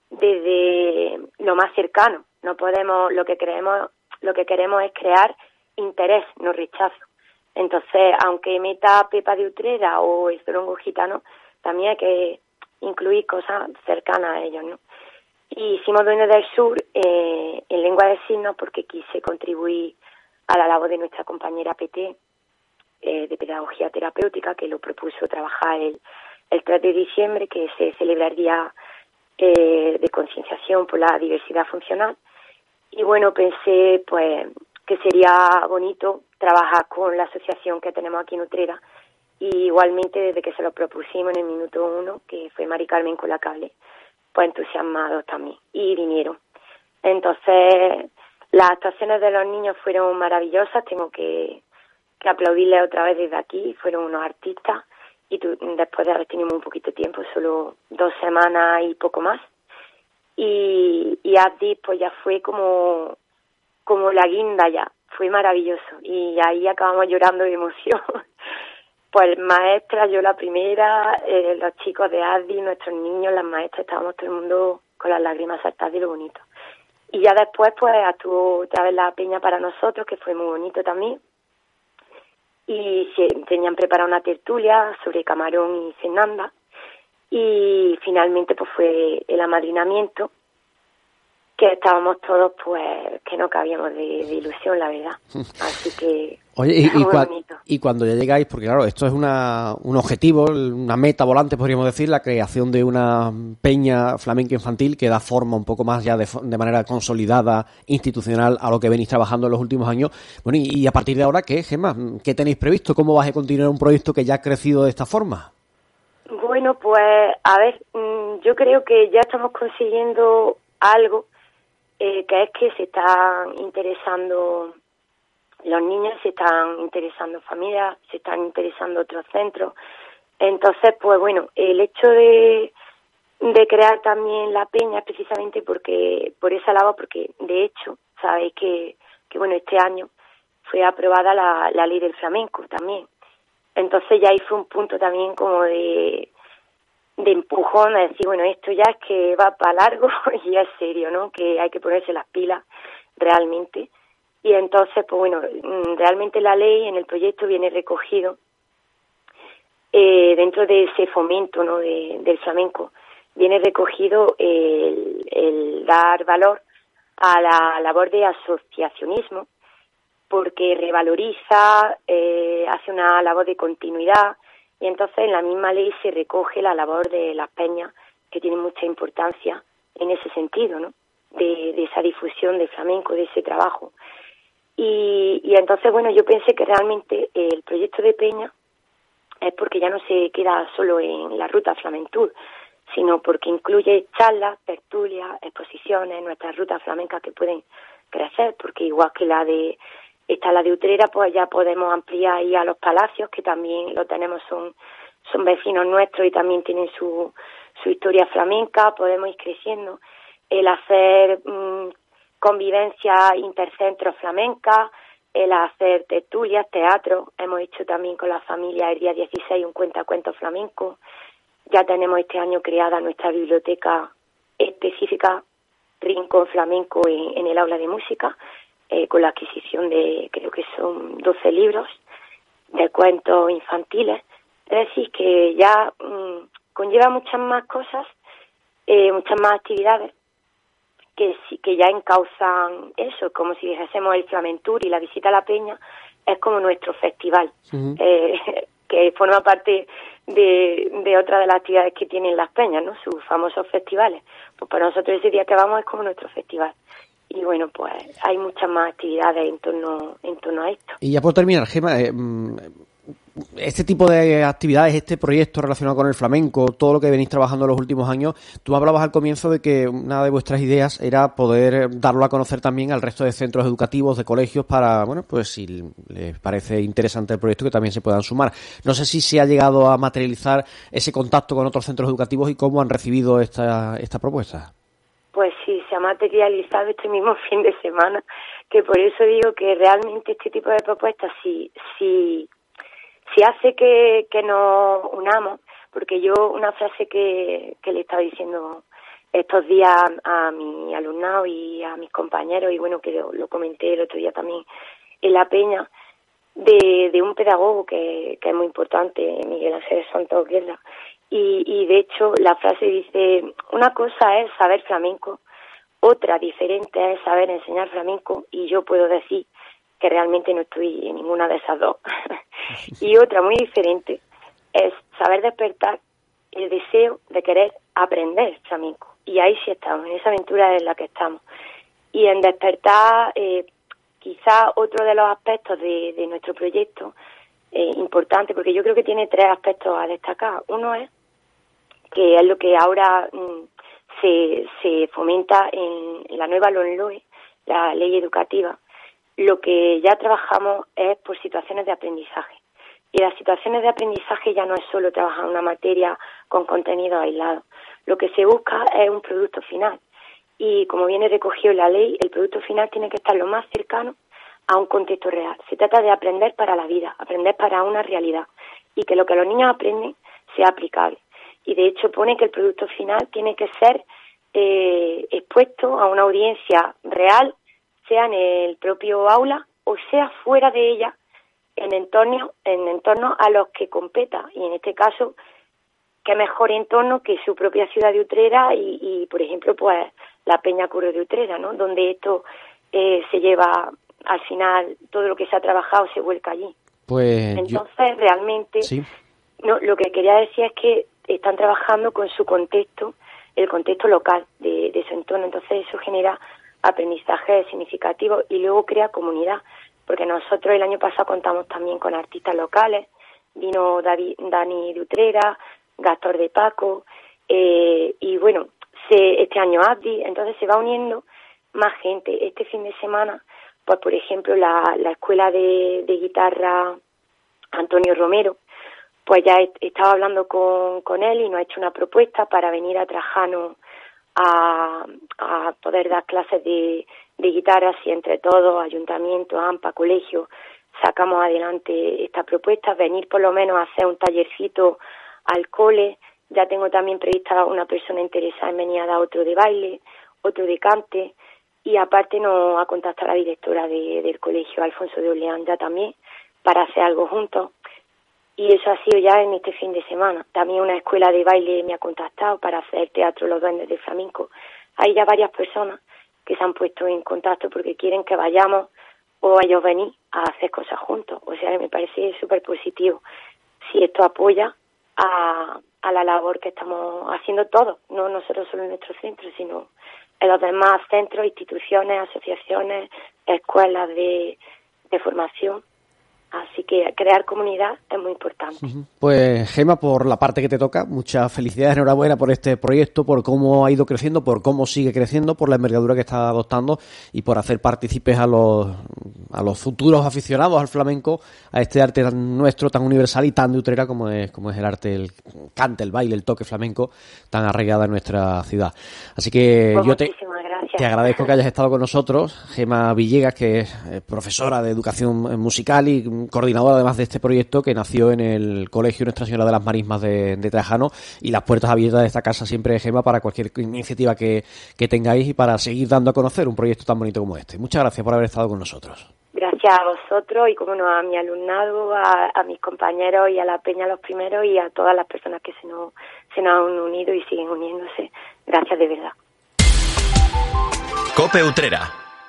desde lo más cercano. No podemos, lo que creemos, lo que queremos es crear interés, no rechazo. Entonces, aunque meta Pepa de Utrera o el Zorongo Gitano, también hay que incluir cosas cercanas a ellos, ¿no? Y hicimos Duendes del Sur eh, en lengua de signos porque quise contribuir a la labor de nuestra compañera P T eh, de Pedagogía Terapéutica, que lo propuso trabajar el, el tres de diciembre, que se celebra el Día eh, de Concienciación por la Diversidad Funcional. Y bueno, pensé pues que sería bonito trabajar con la asociación que tenemos aquí en Utrera, y igualmente desde que se lo propusimos en el minuto uno, que fue Mari Carmen Colacable, pues entusiasmados también, y vinieron. Entonces, las actuaciones de los niños fueron maravillosas, tengo que, que aplaudirles otra vez desde aquí, fueron unos artistas, y tu, después de haber tenido un poquito de tiempo, solo dos semanas y poco más, y, y Abdi pues ya fue como, como la guinda ya, fue maravilloso, y ahí acabamos llorando de emoción. Pues maestras, yo la primera, eh, los chicos de Abdi, nuestros niños, las maestras, estábamos todo el mundo con las lágrimas saltadas de lo bonito. Y ya después, pues, actuó otra vez la peña para nosotros, que fue muy bonito también. Y se, tenían preparado una tertulia sobre Camarón y Fernanda. Y finalmente, pues, fue el amadrinamiento, que estábamos todos, pues, que no cabíamos de, de ilusión, la verdad. Así que... Oye, y, y, cua y cuando ya llegáis, porque claro, esto es una, un objetivo, una meta volante, podríamos decir, la creación de una peña flamenca infantil que da forma un poco más ya de, de manera consolidada, institucional, a lo que venís trabajando en los últimos años. Bueno, y, y a partir de ahora, ¿qué, Gemma? ¿Qué tenéis previsto? ¿Cómo vais a continuar un proyecto que ya ha crecido de esta forma? Bueno, pues, a ver, yo creo que ya estamos consiguiendo algo, eh, que es que se están interesando... Los niños, se están interesando familias, se están interesando otros centros. Entonces, pues bueno, el hecho de, de crear también la peña es precisamente porque por esa labor, porque de hecho, sabéis que, que bueno, este año fue aprobada la, la ley del flamenco también. Entonces ya ahí fue un punto también como de, de empujón, de decir, bueno, esto ya es que va para largo y ya es serio, ¿no? Que hay que ponerse las pilas realmente. Y entonces, pues bueno, realmente la ley en el proyecto viene recogido eh, dentro de ese fomento, ¿no?, de, del flamenco, viene recogido el, el dar valor a la labor de asociacionismo, porque revaloriza, eh, hace una labor de continuidad, y entonces en la misma ley se recoge la labor de las peñas, que tiene mucha importancia en ese sentido, ¿no?, de, de esa difusión del flamenco, de ese trabajo. Y, y entonces, bueno, yo pensé que realmente el proyecto de peña es porque ya no se queda solo en la ruta Flamentour, sino porque incluye charlas, tertulias, exposiciones, nuestras rutas flamencas que pueden crecer, porque igual que la de esta la de Utrera, pues ya podemos ampliar ahí a los Palacios, que también lo tenemos, son son vecinos nuestros y también tienen su su historia flamenca, podemos ir creciendo. El hacer mmm, convivencia intercentro flamenca, el hacer tertulias, teatro. Hemos hecho también con la familia el día dieciséis un cuentacuentos flamenco. Ya tenemos este año creada nuestra biblioteca específica, Rincón Flamenco, en, en el aula de música, eh, con la adquisición de, creo que son doce libros de cuentos infantiles. Es decir, que ya mmm, conlleva muchas más cosas, eh, muchas más actividades que sí, que ya encauzan eso, como si dijésemos el Flamentour y la visita a la Peña es como nuestro festival, uh-huh. eh, que forma parte de, de otra de las actividades que tienen las peñas, ¿no? Sus famosos festivales. Pues para nosotros ese día que vamos es como nuestro festival. Y bueno, pues hay muchas más actividades en torno, en torno a esto. Y ya por terminar, Gemma, eh, este tipo de actividades, este proyecto relacionado con el flamenco, todo lo que venís trabajando en los últimos años, tú hablabas al comienzo de que una de vuestras ideas era poder darlo a conocer también al resto de centros educativos, de colegios, para, bueno, pues si les parece interesante el proyecto, que también se puedan sumar. No sé si se ha llegado a materializar ese contacto con otros centros educativos y cómo han recibido esta, esta propuesta. Pues sí, se ha materializado este mismo fin de semana, que por eso digo que realmente este tipo de propuestas, si, si, si hace que, que nos unamos, porque yo una frase que, que le estaba diciendo estos días a mi alumnado y a mis compañeros, y bueno, que lo, lo comenté el otro día también en La Peña, de, de un pedagogo que, que es muy importante, Miguel Ángel Santos Guerra. Y, y de hecho la frase dice, una cosa es saber flamenco, otra diferente es saber enseñar flamenco, y yo puedo decir que realmente no estoy en ninguna de esas dos. Y otra muy diferente es saber despertar el deseo de querer aprender flamenco. Y ahí sí estamos, en esa aventura en la que estamos. Y en despertar, eh, quizá otro de los aspectos de, de nuestro proyecto eh, importante, porque yo creo que tiene tres aspectos a destacar. Uno es que es lo que ahora mmm, se, se fomenta en, en la nueva LOMLOE, la ley educativa. Lo que ya trabajamos es por situaciones de aprendizaje. Y las situaciones de aprendizaje ya no es solo trabajar una materia con contenido aislado. Lo que se busca es un producto final. Y como viene recogido en la ley, el producto final tiene que estar lo más cercano a un contexto real. Se trata de aprender para la vida, aprender para una realidad. Y que lo que los niños aprenden sea aplicable. Y de hecho pone que el producto final tiene que ser eh, expuesto a una audiencia real, sea en el propio aula o sea fuera de ella, en entorno, en entorno a los que competa. Y en este caso, qué mejor entorno que su propia ciudad de Utrera y, y por ejemplo, pues la Peña Curro de Utrera, ¿no? Donde esto eh, se lleva, al final, todo lo que se ha trabajado se vuelca allí. Pues Entonces, yo... realmente, sí. no, lo que quería decir es que están trabajando con su contexto, el contexto local de, de su entorno. Entonces eso genera aprendizaje significativo y luego crea comunidad, porque nosotros el año pasado contamos también con artistas locales, vino David, Dani de Utrera, Gastón de Paco, eh, y bueno, se, este año Abdi, entonces se va uniendo más gente. Este fin de semana, pues por ejemplo la, la escuela de, de guitarra Antonio Romero, pues ya he estado hablando con, con él y nos ha hecho una propuesta para venir a Trajano a, a poder dar clases de, de guitarra, si entre todos, ayuntamiento, AMPA, colegio, sacamos adelante esta propuesta, venir por lo menos a hacer un tallercito al cole. Ya tengo también prevista una persona interesada en venir a dar otro de baile, otro de cante, y aparte nos ha contactado la directora de, del colegio Alfonso de Orleán ya también para hacer algo juntos. Y eso ha sido ya en este fin de semana. También una escuela de baile me ha contactado para hacer teatro Los Duendes del Flamenco. Hay ya varias personas que se han puesto en contacto porque quieren que vayamos o ellos venir a hacer cosas juntos. O sea, me parece súper positivo si esto apoya a, a la labor que estamos haciendo todos, no nosotros solo en nuestro centro, sino en los demás centros, instituciones, asociaciones, escuelas de, de formación. Así que crear comunidad es muy importante. Pues Gemma, por la parte que te toca, muchas felicidades, enhorabuena por este proyecto, por cómo ha ido creciendo, por cómo sigue creciendo, por la envergadura que está adoptando y por hacer partícipes a los a los futuros aficionados al flamenco, a este arte tan nuestro, tan universal y tan de Utrera como es como es el arte, el cante, el baile, el toque flamenco tan arraigado en nuestra ciudad. Así que pues yo te muchísimas gracias gracias. Te agradezco que hayas estado con nosotros, Gema Villegas, que es profesora de educación musical y coordinadora además de este proyecto que nació en el Colegio Nuestra Señora de las Marismas de, de Trajano, y las puertas abiertas de esta casa siempre, Gema, para cualquier iniciativa que, que tengáis y para seguir dando a conocer un proyecto tan bonito como este. Muchas gracias por haber estado con nosotros. Gracias a vosotros y, como no, a mi alumnado, a, a mis compañeros y a la Peña Los Primeros y a todas las personas que se nos, se nos han unido y siguen uniéndose. Gracias de verdad. COPE Utrera.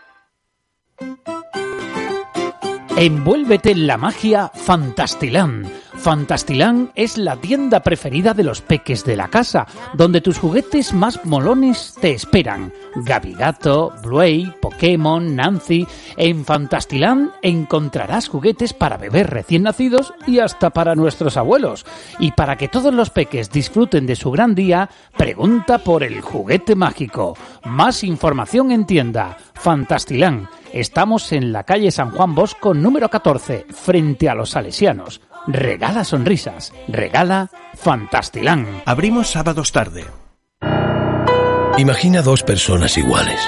Envuélvete en la magia Fantastiland. Fantastiland es la tienda preferida de los peques de la casa, donde tus juguetes más molones te esperan. Gabigato, Bluey, Pokémon, Nancy... En Fantastiland encontrarás juguetes para bebés recién nacidos y hasta para nuestros abuelos. Y para que todos los peques disfruten de su gran día, pregunta por el juguete mágico. Más información en tienda. Fantastiland. Estamos en la calle San Juan Bosco número catorce, frente a los Salesianos. Regala sonrisas, regala Fantastiland. Abrimos sábados tarde. Imagina dos personas iguales.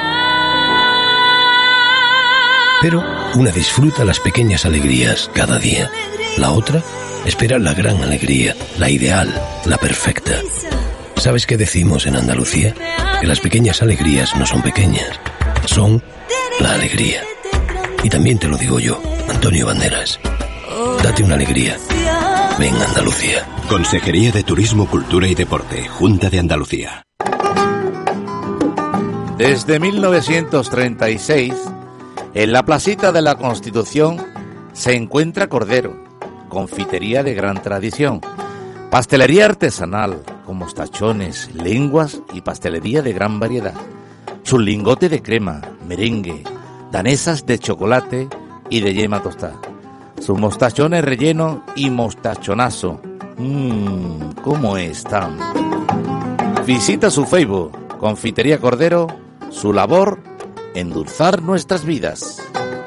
Pero una disfruta las pequeñas alegrías cada día. La otra espera la gran alegría, la ideal, la perfecta. ¿Sabes qué decimos en Andalucía? Que las pequeñas alegrías no son pequeñas, son la alegría. Y también te lo digo yo, Antonio Banderas. Date una alegría. Ven Andalucía. Consejería de Turismo, Cultura y Deporte, Junta de Andalucía. Desde mil novecientos treinta y seis, en la placita de la Constitución se encuentra Cordero, confitería de gran tradición, pastelería artesanal con mostachones, lenguas y pastelería de gran variedad. Su lingote de crema, merengue, danesas de chocolate y de yema tostada. Sus mostachones relleno y mostachonazo. Mmm, ¿cómo están? Visita su Facebook, Confitería Cordero, su labor, endulzar nuestras vidas.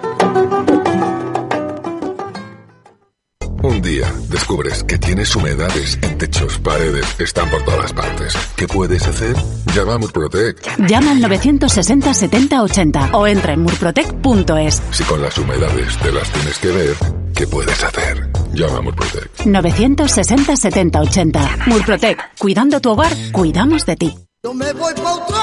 Un día descubres que tienes humedades en techos, paredes, están por todas partes. ¿Qué puedes hacer? Llama a Murprotec. Llama al novecientos sesenta setenta ochenta o entra en murprotec punto es. Si con las humedades te las tienes que ver, ¿qué puedes hacer? Llama a Murprotec. novecientos sesenta setenta ochenta. Murprotec. Cuidando tu hogar, cuidamos de ti. Yo me voy pa' otra.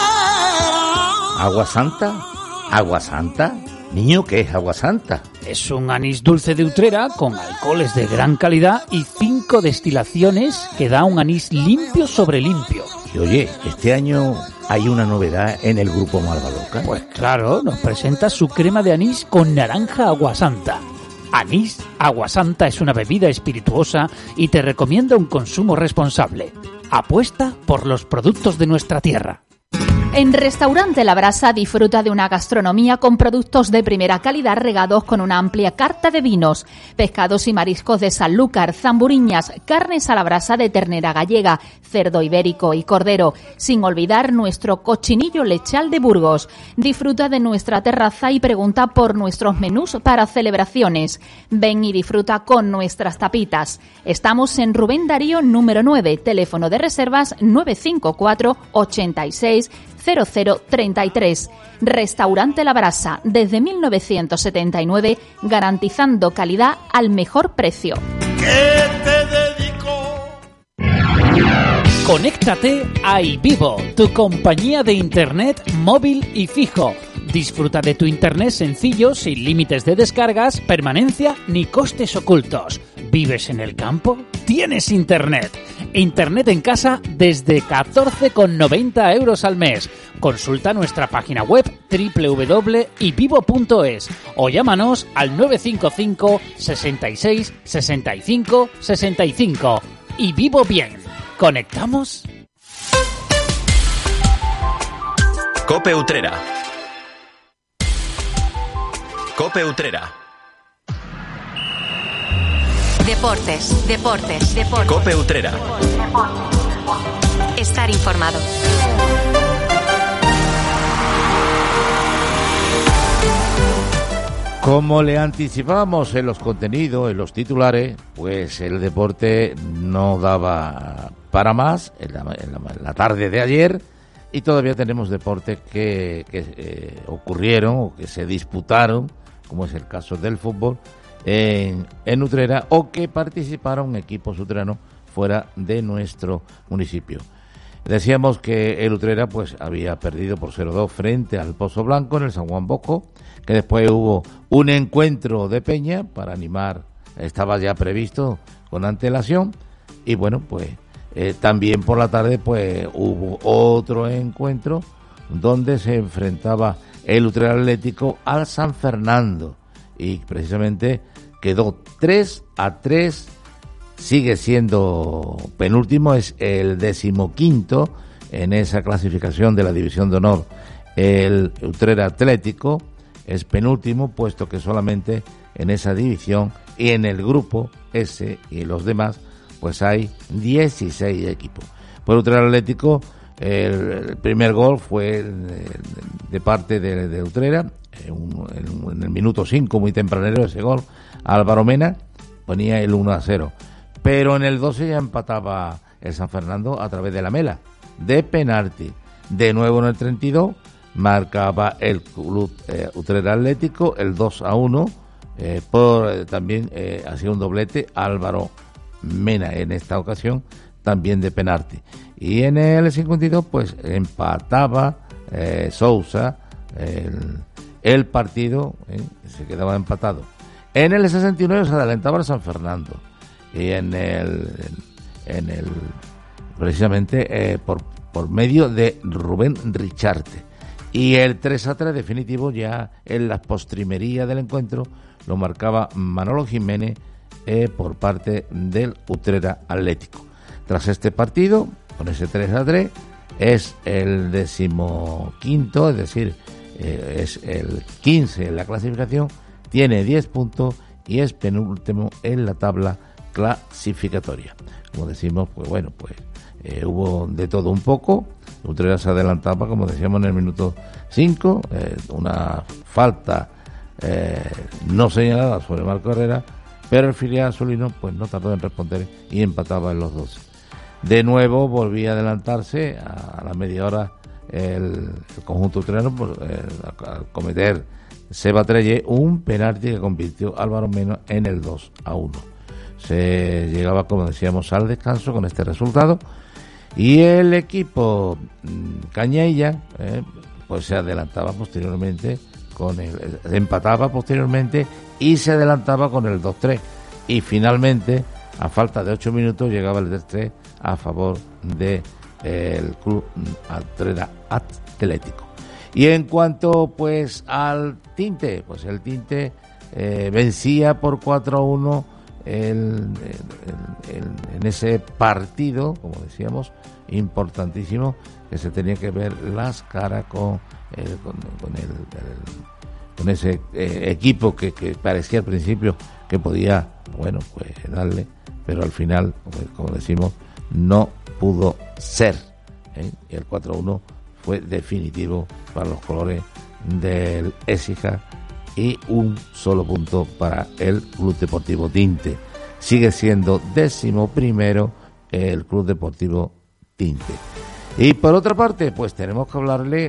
¿Agua Santa? ¿Agua Santa? Niño, ¿qué es Agua Santa? Es un anís dulce de Utrera con alcoholes de gran calidad y cinco destilaciones que da un anís limpio sobre limpio. Y oye, este año hay una novedad en el grupo Malvaloca. Pues claro, nos presenta su crema de anís con naranja Agua Santa. Anís Agua Santa es una bebida espirituosa y te recomienda un consumo responsable. Apuesta por los productos de nuestra tierra. En Restaurante La Brasa disfruta de una gastronomía con productos de primera calidad regados con una amplia carta de vinos, pescados y mariscos de Sanlúcar, zamburiñas, carnes a la brasa de ternera gallega, cerdo ibérico y cordero, sin olvidar nuestro cochinillo lechal de Burgos. Disfruta de nuestra terraza y pregunta por nuestros menús para celebraciones. Ven y disfruta con nuestras tapitas. Estamos en Rubén Darío número nueve, teléfono de reservas nueve cinco cuatro ochenta y seis cero cero treinta y tres. Restaurante La Brasa, desde mil novecientos setenta y nueve, garantizando calidad al mejor precio. Conéctate a iVivo, tu compañía de internet móvil y fijo. Disfruta de tu internet sencillo, sin límites de descargas, permanencia ni costes ocultos. ¿Vives en el campo? ¡Tienes internet! Internet en casa desde catorce con noventa euros al mes. Consulta nuestra página web doble u doble u doble u punto i vivo punto es o llámanos al nueve cinco cinco, sesenta y seis, sesenta y cinco, sesenta y cinco. Y vivo bien. ¿Conectamos? COPE Utrera. COPE Utrera. Deportes, deportes, deportes. COPE Utrera. Estar informado. Como le anticipábamos en los contenidos, en los titulares, pues el deporte no daba para más. En la, en la, en la tarde de ayer y todavía tenemos deportes que, que eh, ocurrieron o que se disputaron, como es el caso del fútbol, en, en Utrera, o que participaron equipos utreranos fuera de nuestro municipio. Decíamos que el Utrera pues había perdido por cero dos frente al Pozo Blanco en el San Juan Bosco, que después hubo un encuentro de peña para animar, estaba ya previsto con antelación, y bueno, pues eh, también por la tarde pues hubo otro encuentro donde se enfrentaba el Utrera Atlético al San Fernando, y precisamente quedó tres a tres. Sigue siendo penúltimo, es el decimoquinto en esa clasificación de la División de Honor. El Utrera Atlético es penúltimo, puesto que solamente en esa división y en el grupo S y los demás, pues hay dieciséis equipos. Por Utrera Atlético, el, el primer gol fue de, de parte de, de Utrera, en, un, en, en el minuto cinco, muy tempranero ese gol. Álvaro Mena ponía el uno a cero. Pero en el doce ya empataba el San Fernando a través de la Mela, de penalti. De nuevo en el treinta y dos marcaba el club eh, Utrera Atlético el dos a uno, eh, por eh, también eh, hacía un doblete Álvaro Mena, en esta ocasión también de penalti. Y en el cincuenta y dos pues empataba eh, Sousa el, el partido, eh, se quedaba empatado. En el sesenta y nueve se adelantaba el San Fernando. Y en el, en el precisamente eh, por, por medio de Rubén Richarte. Y el tres a tres definitivo, ya en la postrimería del encuentro, lo marcaba Manolo Jiménez eh, por parte del Utrera Atlético. Tras este partido, con ese tres a tres, es el decimoquinto, es decir, eh, es el quince en la clasificación, tiene diez puntos y es penúltimo en la tabla clasificatoria. Como decimos, pues bueno, pues eh, hubo de todo un poco. Utrera se adelantaba, como decíamos, en el minuto cinco, eh, una falta eh, no señalada sobre Marco Herrera, pero el filial azulino pues no tardó en responder y empataba en los doce. De nuevo volvía a adelantarse a, a la media hora el, el conjunto utrerano por eh, al cometer Seba Trelle un penalti que convirtió Álvaro Mena en el dos a uno. Se llegaba, como decíamos, al descanso con este resultado, y el equipo Cañella eh, pues se adelantaba posteriormente con el, empataba posteriormente y se adelantaba con el dos tres, y finalmente a falta de ocho minutos llegaba el tres tres a favor del de, club Utrera Atlético. Y en cuanto pues al Tinte, pues el Tinte eh, vencía por cuatro a uno El, el, el, en ese partido, como decíamos, importantísimo, que se tenía que ver las caras con, el, con, con, el, el, con ese eh, equipo que, que parecía al principio que podía, bueno, pues darle, pero al final, como, como decimos, no pudo ser, ¿eh? Y el cuatro a uno fue definitivo para los colores del Écija, y un solo punto para el Club Deportivo Tinte. Sigue siendo décimo primero el Club Deportivo Tinte. Y por otra parte, pues tenemos que hablarle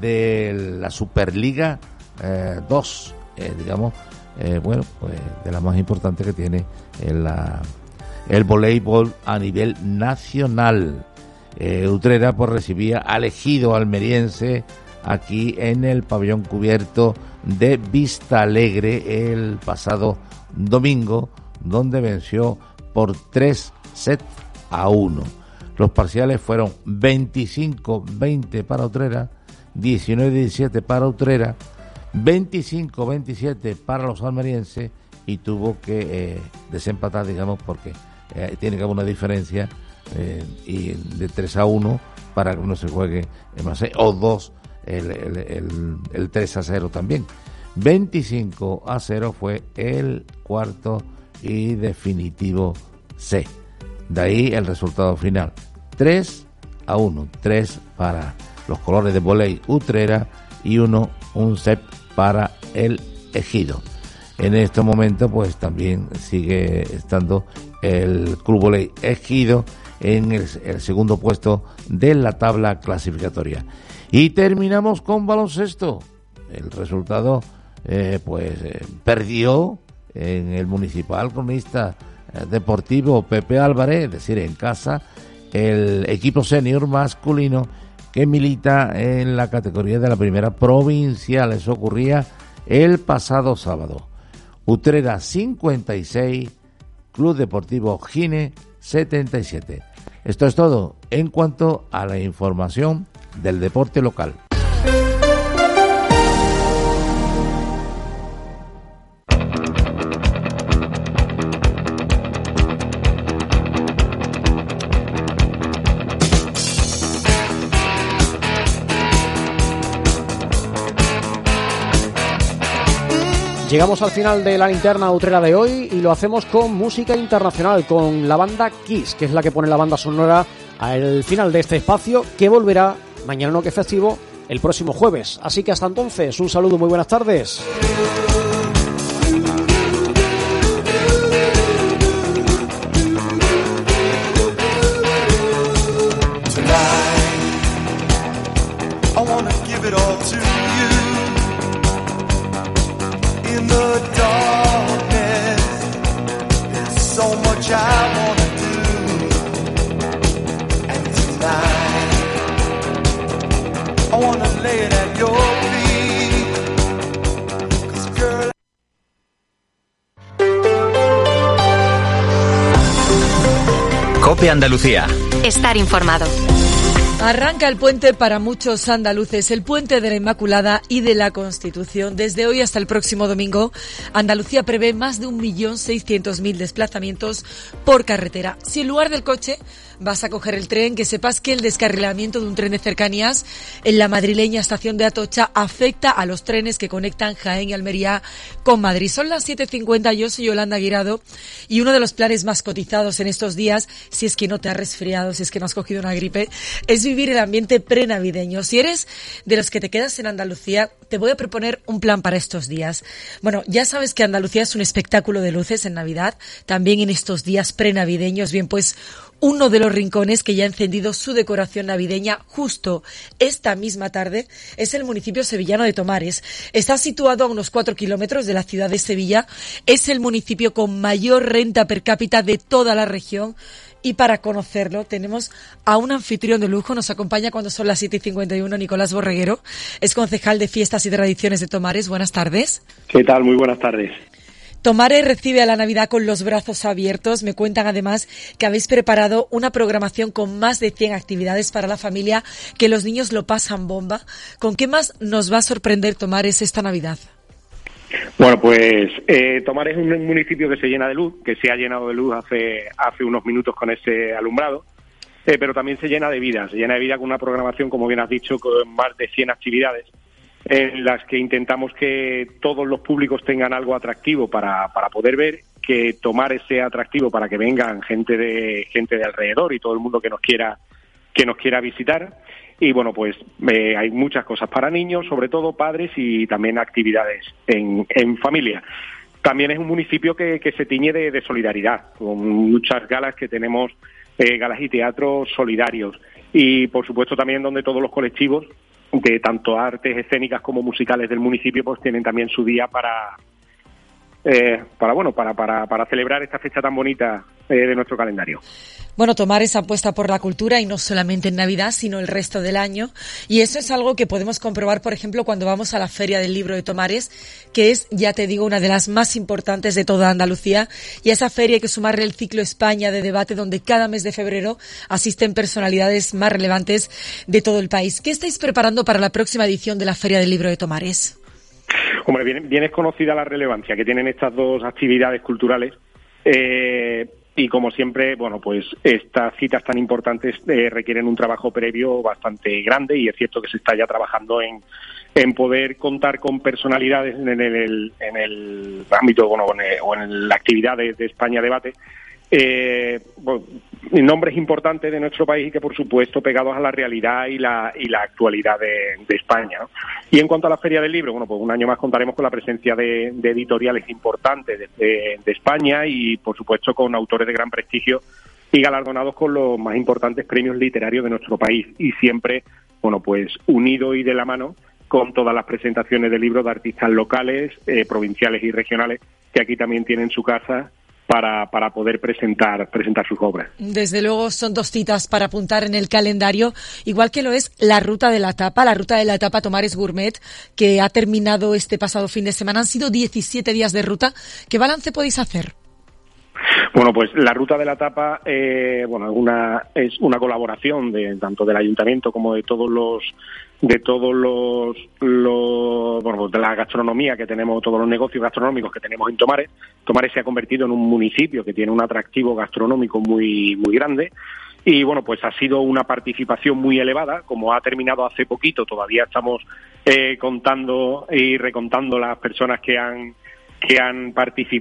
de la Superliga eh, dos, eh, digamos, eh, bueno, pues de la más importante que tiene el, la, el voleibol a nivel nacional. Eh, Utrera pues recibía al Ejido Almeriense aquí en el pabellón cubierto de Vista Alegre el pasado domingo, donde venció por tres sets a uno. Los parciales fueron veinticinco veinte para Utrera, diecinueve diecisiete para Utrera, veinticinco veintisiete para los almerienses, y tuvo que eh, desempatar, digamos, porque eh, tiene que haber una diferencia eh, y de tres a uno para que uno se juegue en más seis, o dos El, el, el, el tres a cero también. veinticinco a cero fue el cuarto y definitivo C. De ahí el resultado final, tres a uno, tres para los colores de voley Utrera y uno un set para el Ejido. En este momento pues también sigue estando el Club Voley Ejido en el, el segundo puesto de la tabla clasificatoria. Y terminamos con baloncesto. El resultado, eh, pues, eh, perdió en el Municipal Cronista Deportivo Pepe Álvarez, es decir, en casa, el equipo senior masculino que milita en la categoría de la primera provincial. Eso ocurría el pasado sábado. Utrera cincuenta y seis, Club Deportivo Gine setenta y siete. Esto es todo en cuanto a la información del deporte local. Llegamos al final de la linterna utrera de hoy y lo hacemos con música internacional, con la banda Kiss, que es la que pone la banda sonora al final de este espacio, que volverá mañana, no que festivo, el próximo jueves. Así que hasta entonces, un saludo, muy buenas tardes. COPE Andalucía. Estar informado. Arranca el puente para muchos andaluces, el puente de la Inmaculada y de la Constitución. Desde hoy hasta el próximo domingo, Andalucía prevé más de un millón seiscientos mil desplazamientos por carretera. Si en lugar del coche vas a coger el tren, que sepas que el descarrilamiento de un tren de cercanías en la madrileña estación de Atocha afecta a los trenes que conectan Jaén y Almería con Madrid. Son las siete cincuenta, yo soy Yolanda Guirado y uno de los planes más cotizados en estos días, si es que no te has resfriado, si es que no has cogido una gripe, es vivir el ambiente prenavideño. Si eres de los que te quedas en Andalucía, te voy a proponer un plan para estos días. Bueno, ya sabes que Andalucía es un espectáculo de luces en Navidad, también en estos días prenavideños. Bien, pues uno de los rincones que ya ha encendido su decoración navideña justo esta misma tarde es el municipio sevillano de Tomares. Está situado a unos cuatro kilómetros de la ciudad de Sevilla. Es el municipio con mayor renta per cápita de toda la región. Y para conocerlo tenemos a un anfitrión de lujo. Nos acompaña cuando son las siete y cincuenta y uno, Nicolás Borreguero. Es concejal de Fiestas y Tradiciones de Tomares. Buenas tardes. ¿Qué tal? Muy buenas tardes. Tomares recibe a la Navidad con los brazos abiertos. Me cuentan además que habéis preparado una programación con más de cien actividades para la familia, que los niños lo pasan bomba. ¿Con qué más nos va a sorprender Tomares esta Navidad? Bueno, pues eh, Tomares es un municipio que se llena de luz, que se ha llenado de luz hace, hace unos minutos con ese alumbrado, eh, pero también se llena de vida, se llena de vida con una programación, como bien has dicho, con más de cien actividades, en las que intentamos que todos los públicos tengan algo atractivo para, para poder ver, que Tomares sea atractivo para que vengan gente de gente de alrededor y todo el mundo que nos quiera que nos quiera visitar. Y bueno, pues eh, hay muchas cosas para niños, sobre todo padres, y también actividades en, en familia. También es un municipio que, que se tiñe de, de solidaridad, con muchas galas que tenemos, eh, galas y teatros solidarios. Y por supuesto también donde todos los colectivos, de tanto artes escénicas como musicales del municipio, pues tienen también su día para, eh, para bueno, para, para, para celebrar esta fecha tan bonita eh, de nuestro calendario. Bueno, Tomares apuesta por la cultura y no solamente en Navidad, sino el resto del año. Y eso es algo que podemos comprobar, por ejemplo, cuando vamos a la Feria del Libro de Tomares, que es, ya te digo, una de las más importantes de toda Andalucía. Y a esa feria hay que sumarle el ciclo España de debate, donde cada mes de febrero asisten personalidades más relevantes de todo el país. ¿Qué estáis preparando para la próxima edición de la Feria del Libro de Tomares? Hombre, bien, bien es conocida la relevancia que tienen estas dos actividades culturales. Eh, Y como siempre, bueno, pues estas citas tan importantes eh, requieren un trabajo previo bastante grande, y es cierto que se está ya trabajando en, en poder contar con personalidades en el, en el ámbito, bueno, o en la actividad de, de España Debate, eh, bueno, nombres importantes de nuestro país y que, por supuesto, pegados a la realidad y la y la actualidad de, de España, ¿no? Y en cuanto a la Feria del Libro, bueno, pues un año más contaremos con la presencia de, de editoriales importantes de, de, de España y, por supuesto, con autores de gran prestigio y galardonados con los más importantes premios literarios de nuestro país, y siempre, bueno, pues unido y de la mano con todas las presentaciones de libros de artistas locales, eh, provinciales y regionales, que aquí también tienen su casa para, para poder presentar, presentar sus obras. Desde luego son dos citas para apuntar en el calendario, igual que lo es la Ruta de la Tapa, la Ruta de la Tapa Tomares Gourmet, que ha terminado este pasado fin de semana. Han sido diecisiete días de ruta. ¿Qué balance podéis hacer? Bueno, pues la Ruta de la Tapa, eh, bueno, es una, es una colaboración de tanto del Ayuntamiento como de todos los de todos los, los bueno, de la gastronomía que tenemos, todos los negocios gastronómicos que tenemos en Tomares. Tomares se ha convertido en un municipio que tiene un atractivo gastronómico muy muy grande. Y bueno, pues ha sido una participación muy elevada. Como ha terminado hace poquito, todavía estamos eh, contando y recontando las personas que han que han participado